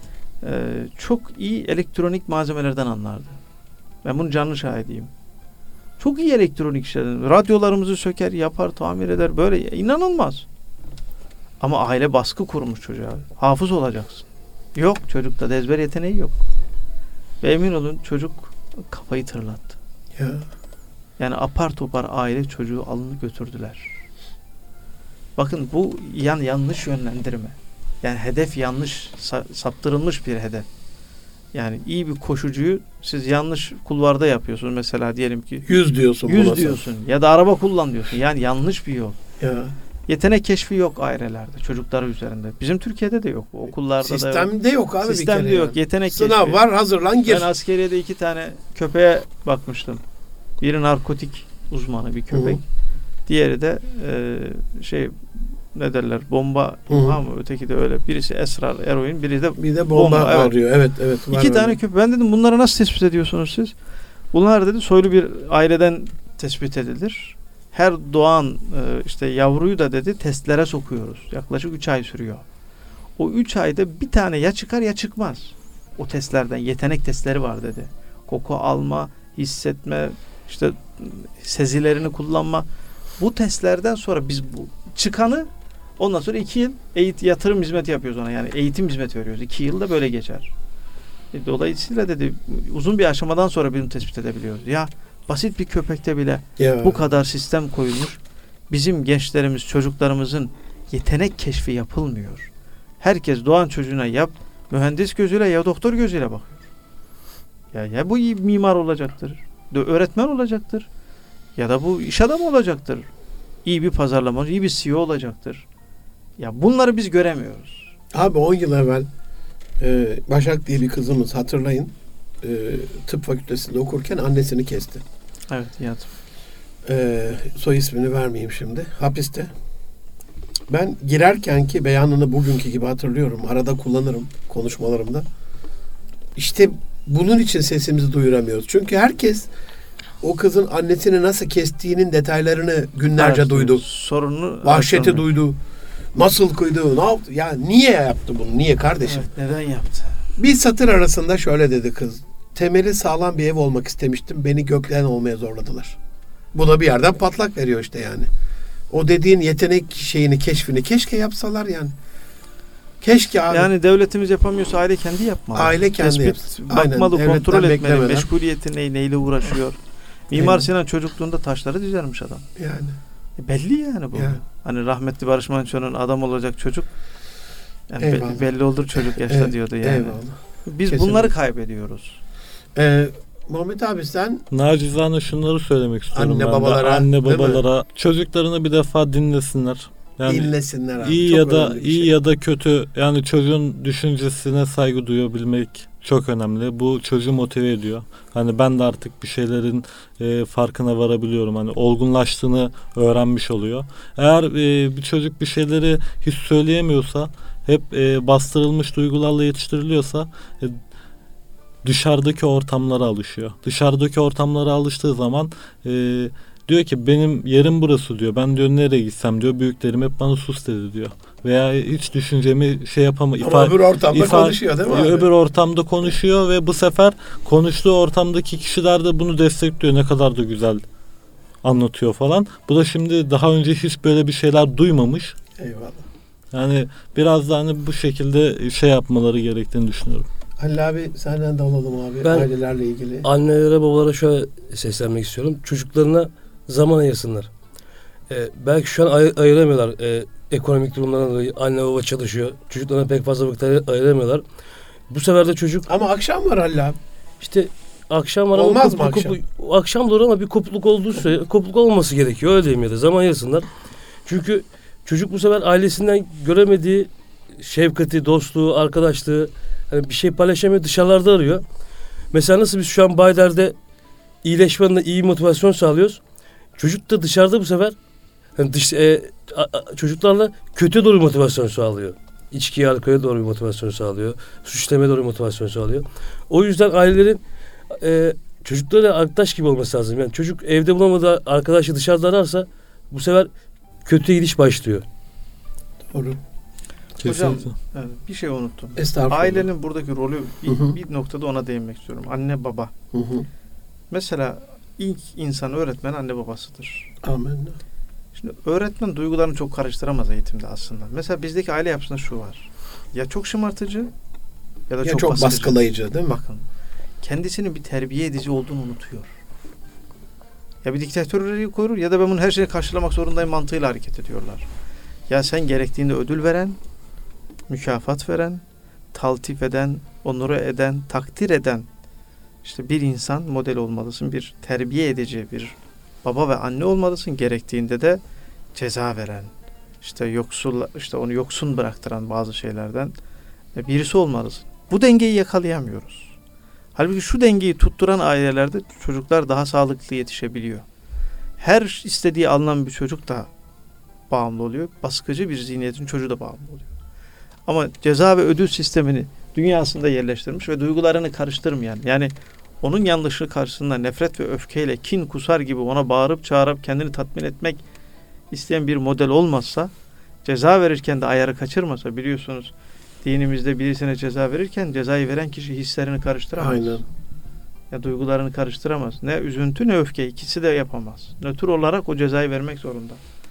Çok iyi elektronik malzemelerden anlardı. Ben bunun canlı şahidiyim. Çok iyi elektronik işlerden. Radyolarımızı söker, yapar, tamir eder. Böyle inanılmaz. Ama aile baskı kurmuş çocuğa. Hafız olacaksın. Yok, çocukta da ezber yeteneği yok. Ve emin olun çocuk kafayı tırlattı. Ya. Yani apar topar aile çocuğu alını götürdüler. Bakın bu yanlış yönlendirme. Yani hedef yanlış, saptırılmış bir hedef. Yani iyi bir koşucuyu siz yanlış kulvarda yapıyorsunuz. Mesela diyelim ki 100 diyorsun. 100 diyorsun ya da araba kullan diyorsun. Yani yanlış bir yol. Ya. Yetenek keşfi yok ailelerde, çocukları üzerinde. Bizim Türkiye'de de yok. Okullarda da yok. Sistemde yok abi. Sistemde yok. Yani. Yetenek sınav keşfi. var, hazırlan gir. Ben askeriyede 2 tane köpeğe bakmıştım. Biri narkotik uzmanı bir köpek. Diğeri de ne derler, bomba ama öteki de öyle. Birisi esrar, eroin, biri de bir de bomba arıyor. Evet. 2 tane köpek. Ben dedim bunları nasıl tespit ediyorsunuz siz? Bunlar dedi soylu bir aileden tespit edilir. Her doğan yavruyu da dedi testlere sokuyoruz. Yaklaşık 3 ay sürüyor. O 3 ayda bir tane ya çıkar ya çıkmaz. O testlerden yetenek testleri var dedi. Koku alma, hissetme, sezilerini kullanma. Bu testlerden sonra biz çıkanı ondan sonra 2 yıl yatırım hizmeti yapıyoruz ona. Yani eğitim hizmeti veriyoruz. 2 yıl da böyle geçer. Dolayısıyla dedi uzun bir aşamadan sonra bunu tespit edebiliyoruz. Ya basit bir köpekte bile Ya. bu kadar sistem koyulmuş. Bizim gençlerimiz, çocuklarımızın yetenek keşfi yapılmıyor. Herkes doğan çocuğuna ya mühendis gözüyle ya doktor gözüyle bakıyor. Ya bu iyi mimar olacaktır. Öğretmen olacaktır. Ya da bu iş adamı olacaktır. İyi bir pazarlamacı, iyi bir CEO olacaktır. Ya bunları biz göremiyoruz. Abi 10 yıl evvel Başak diye bir kızımız, hatırlayın, tıp fakültesinde okurken annesini kesti. Evet, ya. Soy ismini vermeyeyim şimdi. Hapiste. Ben girerkenki beyanını bugünkü gibi hatırlıyorum. Arada kullanırım konuşmalarımda. İşte bunun için sesimizi duyuramıyoruz. Çünkü herkes o kızın annesini nasıl kestiğinin detaylarını günlerce duydu. Sorunu Vahşeti duydu. Nasıl kıydı, ne yaptı? Ya niye yaptı bunu? Niye kardeşim? Evet, neden yaptı? Bir satır arasında şöyle dedi kız. Temeli sağlam bir ev olmak istemiştim. Beni gökdelen olmaya zorladılar. Bu da bir yerden patlak veriyor işte yani. O dediğin yetenek şeyini, keşfini keşke yapsalar yani. Keşke abi. Yani devletimiz yapamıyorsa aile kendi yapmalı. Aile kendi Tespit, yapsın. bakmalı, Aynen, kontrol devletten etmeli. beklemeden. Meşguliyeti neyle uğraşıyor. Mimar Aynen. Sinan çocukluğunda taşları dizermiş adam. Yani. Belli yani bu. Yani. Hani rahmetli Barış Manço'nun adam olacak çocuk. Yani Eyvallah. belli olur çocuk yaşta diyordu yani. Eyvallah. Biz Kesinlikle. bunları kaybediyoruz. Muhammed abi sen Nacizane şunları söylemek istiyorum Anne ben de. babalara, Anne değil mi? babalara çocuklarını bir defa dinlesinler. Yani dinlesinler abi. iyi Çok ya da önemli bir iyi şey. ya da kötü, yani çocuğun düşüncesine saygı duyabilmek çok önemli. Bu çocuğu motive ediyor. Hani ben de artık bir şeylerin farkına varabiliyorum. Hani olgunlaştığını öğrenmiş oluyor. Eğer bir çocuk bir şeyleri hiç söyleyemiyorsa, hep bastırılmış duygularla yetiştiriliyorsa dışarıdaki ortamlara alışıyor. Dışarıdaki ortamlara alıştığı zaman diyor ki benim yerim burası diyor. Ben diyor nereye gitsem diyor. Büyüklerim hep bana sus dedi diyor. Veya hiç düşüncemi şey yapamıyor. Ama öbür ortamda konuşuyor değil mi abi? Öbür ortamda konuşuyor ve bu sefer konuştuğu ortamdaki kişiler de bunu destekliyor. Ne kadar da güzel anlatıyor falan. Bu da şimdi daha önce hiç böyle bir şeyler duymamış. Eyvallah. Yani biraz da hani bu şekilde şey yapmaları gerektiğini düşünüyorum. Halil abi senden de alalım abi. Ben- Ailelerle ilgili. Annelere, babalara şöyle seslenmek istiyorum. Çocuklarına zaman ayırsınlar. Belki şu an ayıramıyorlar. Ekonomik durumlardan dolayı anne baba çalışıyor. Çocuklarına pek fazla vakit ayıramıyorlar. Bu sefer de çocuk Ama akşam var Halil abi. işte akşam var ama Olmaz mı akşam? akşam doğru ama bir kopukluk olduğu sürece kopukluk olması gerekiyor. Öyle diyeyim ya da zaman ayırsınlar. Çünkü çocuk bu sefer ailesinden göremediği şefkati, dostluğu, arkadaşlığı, hani bir şey paylaşamıyor, dışarılarda arıyor. Mesela nasıl biz şu an Bayder'de iyileşmenin iyi motivasyon sağlıyoruz. Çocuk da dışarıda bu sefer hani çocuklarla kötü doğru motivasyon sağlıyor. İçkiye, alkole doğru bir motivasyon sağlıyor. Suç işlemeye doğru bir motivasyon sağlıyor. O yüzden ailelerin çocuklarla arkadaş gibi olması lazım. Yani çocuk evde bulamadığı arkadaşı dışarıda ararsa bu sefer kötü gidiş başlıyor. Doğru. Hocam bir şey unuttum. Estağfurullah. Ailenin buradaki rolü Hı hı. bir noktada ona değinmek istiyorum. Anne baba. Hı hı. Mesela ilk insan öğretmen anne babasıdır. Amin. Şimdi öğretmen duygularını çok karıştıramaz eğitimde aslında. Mesela bizdeki aile yapısında şu var. Ya çok şımartıcı ya da Ya çok, çok baskılayıcı değil mi? Bakın. Kendisinin bir terbiye edici olduğunu unutuyor. Ya bir diktatörlüğü koyur ya da ben bunu her şeyi karşılamak zorundayım mantığıyla hareket ediyorlar. Ya sen gerektiğinde ödül veren, mükafat veren, taltif eden, onuru eden, takdir eden işte bir insan model olmalısın. Bir terbiye edici bir baba ve anne olmalısın. Gerektiğinde de ceza veren, işte onu yoksun bıraktıran bazı şeylerden birisi olmalısın. Bu dengeyi yakalayamıyoruz. Halbuki şu dengeyi tutturan ailelerde çocuklar daha sağlıklı yetişebiliyor. Her istediği alınan bir çocuk da bağımlı oluyor. Baskıcı bir zihniyetin çocuğu da bağımlı oluyor. Ama ceza ve ödül sistemini dünyasında yerleştirmiş ve duygularını karıştırmayan, yani onun yanlışlığı karşısında nefret ve öfkeyle kin kusar gibi ona bağırıp çağırıp kendini tatmin etmek isteyen bir model olmazsa, ceza verirken de ayarı kaçırmasa, biliyorsunuz dinimizde birisine ceza verirken cezayı veren kişi hislerini karıştıramaz. Aynen. Ya duygularını karıştıramaz. Ne üzüntü ne öfke, ikisi de yapamaz. Nötr olarak o cezayı vermek zorunda.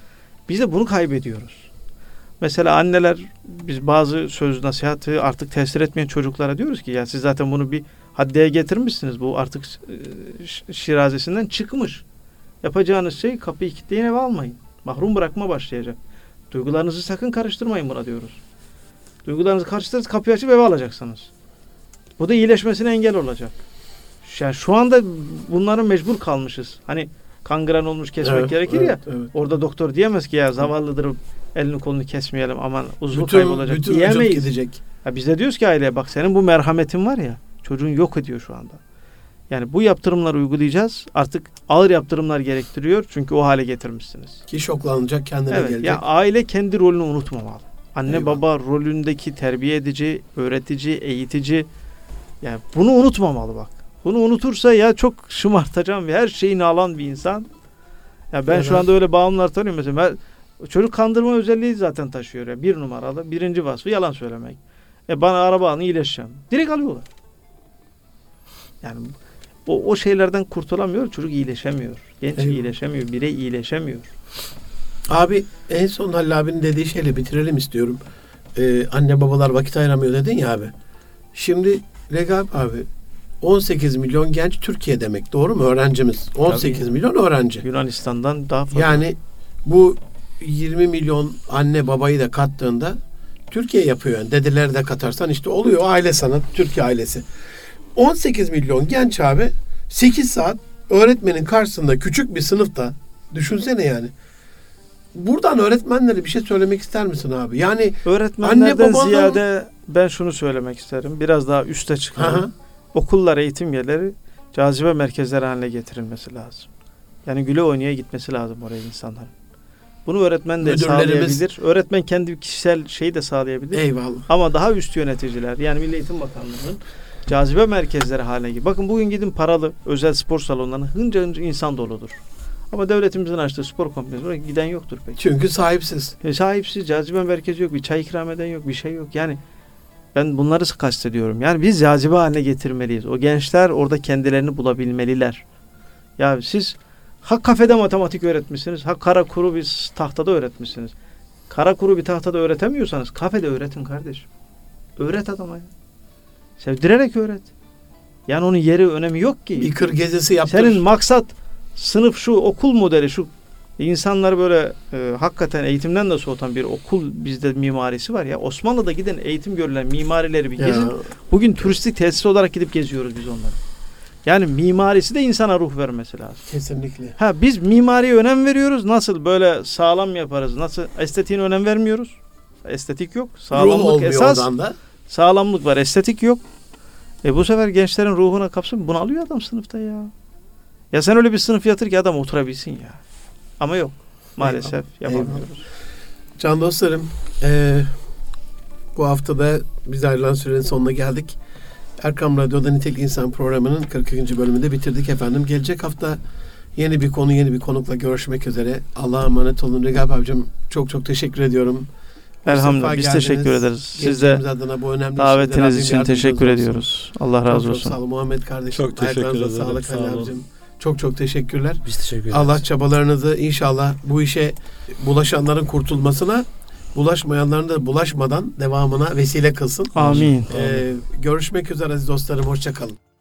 Biz de bunu kaybediyoruz. Mesela anneler, biz bazı söz nasihatı artık tesir etmeyen çocuklara diyoruz ki ya siz zaten bunu bir haddeye getirmişsiniz. Bu artık şirazesinden çıkmış. Yapacağınız şey kapıyı kilitleyin, eve almayın. Mahrum bırakma başlayacak. Duygularınızı sakın karıştırmayın buna diyoruz. Duygularınızı karıştırırsanız kapıyı açıp eve alacaksınız. Bu da iyileşmesine engel olacak. Yani şu anda bunların mecbur kalmışız. Hani kangren olmuş kesmek gerekir ya. Evet. Orada doktor diyemez ki ya zavallıdır elini kolunu kesmeyelim aman uzvu Bütün kaybolacak vücut diyemeyiz. gidecek. Ya biz de diyoruz ki aileye bak senin bu merhametin var ya çocuğun yok ediyor şu anda. Yani bu yaptırımları uygulayacağız. Artık ağır yaptırımlar gerektiriyor. Çünkü o hale getirmişsiniz. Ki şoklanacak, kendine Evet. gelecek. Ya aile kendi rolünü unutmamalı. Anne Eyvallah. baba rolündeki terbiye edici, öğretici, eğitici. Yani bunu unutmamalı bak. Bunu unutursa ya çok şımartacağım ve her şeyini alan bir insan. Ya ben şu anda öyle bağımlılar tanıyorum mesela. Çocuk kandırma özelliği zaten taşıyor ya. Bir numaralı, birinci vasfı yalan söylemek. Bana araba alın iyileşeceğim. Direkt alıyorlar. Yani o şeylerden kurtulamıyor. Çocuk iyileşemiyor. Genç Eyvallah. iyileşemiyor. Birey iyileşemiyor. Abi en son Halil abinin dediği şeyle bitirelim istiyorum. Anne babalar vakit ayıramıyor dedin ya abi. Şimdi Regaip abi 18 milyon genç Türkiye demek. Doğru mu? Öğrencimiz. 18 Tabii. milyon öğrenci. Yunanistan'dan daha fazla. Yani bu 20 milyon anne babayı da kattığında Türkiye yapıyor yani. Dedeleri de katarsan işte oluyor aile sanat, Türkiye ailesi. 18 milyon genç abi 8 saat öğretmenin karşısında küçük bir sınıfta düşünsene yani. Buradan öğretmenlere bir şey söylemek ister misin abi? Yani öğretmenlerden anne, baba- ziyade ben şunu söylemek isterim. Biraz daha üste çıkalım. Hı hı. Okullar, eğitim yerleri cazibe merkezleri haline getirilmesi lazım. Yani güle oynaya gitmesi lazım oraya insanların. Bunu öğretmen de Müdürlerimiz- sağlayabilir. Öğretmen kendi kişisel şeyi de sağlayabilir. eyvallah. Ama daha üst yöneticiler yani Milli Eğitim Bakanlığı'nın cazibe merkezleri haline gibi. Bakın bugün gidin paralı özel spor salonlarına hınca hınca insan doludur. Ama devletimizin açtığı spor kompleksine giden yoktur pek. Çünkü sahipsiz. Sahipsiz, cazibe merkezi yok, bir çay ikram eden yok, bir şey yok. Yani ben bunları kastediyorum. Yani biz cazibe haline getirmeliyiz. O gençler orada kendilerini bulabilmeliler. Ya siz ha kafede matematik öğretmişsiniz, ha kara kuru bir tahtada öğretmişsiniz. Kara kuru bir tahtada öğretemiyorsanız kafede öğretin kardeşim. Öğret adama ya. Sevdirerek öğret. Yani onun yeri önemi yok ki. Bir kır gezisi yaptır. Senin maksat sınıf şu okul modeli şu insanları böyle hakikaten eğitimden de soğutan bir okul bizde mimarisi var ya. Osmanlı'da giden eğitim görülen mimarileri bir gezin. Bugün turistik tesis olarak gidip geziyoruz biz onları. Yani mimarisi de insana ruh vermesi lazım. Kesinlikle. Biz mimariye önem veriyoruz. Nasıl böyle sağlam yaparız? Nasıl estetiğine önem vermiyoruz? Estetik yok. Ruh Sağlamlık olmuyor esas. oradan da. Sağlamlık var, estetik yok. Bu sefer gençlerin ruhuna kapsın. Bunalıyor adam sınıfta ya. Ya sen öyle bir sınıf yatır ki adam oturabilsin ya. Ama yok. Maalesef yapamıyoruz. Can dostlarım, bu haftada biz ayrılan sürenin sonuna geldik. Erkam Radyo'da Nitekli İnsan programının 42. bölümünde bitirdik efendim. Gelecek hafta yeni bir konu, yeni bir konukla görüşmek üzere. Allah'a emanet olun. Regaip abicim çok çok teşekkür ediyorum. Elhamdülillah biz teşekkür ederiz. Siz de adına bu önemli davetiniz işinde için Rabbim teşekkür yardımcınız olsun. ediyoruz. Allah razı Çok olsun. sağ olun Muhammed kardeşim. Çok teşekkür Ayaklarınıza ederim. sağlık Sağ Ali olun. abicim. Çok çok teşekkürler. Biz teşekkür ederiz. Allah çabalarınızı inşallah bu işe bulaşanların kurtulmasına, bulaşmayanların da bulaşmadan devamına vesile kılsın. Amin. Görüşmek üzere aziz dostlarım. Hoşça kalın.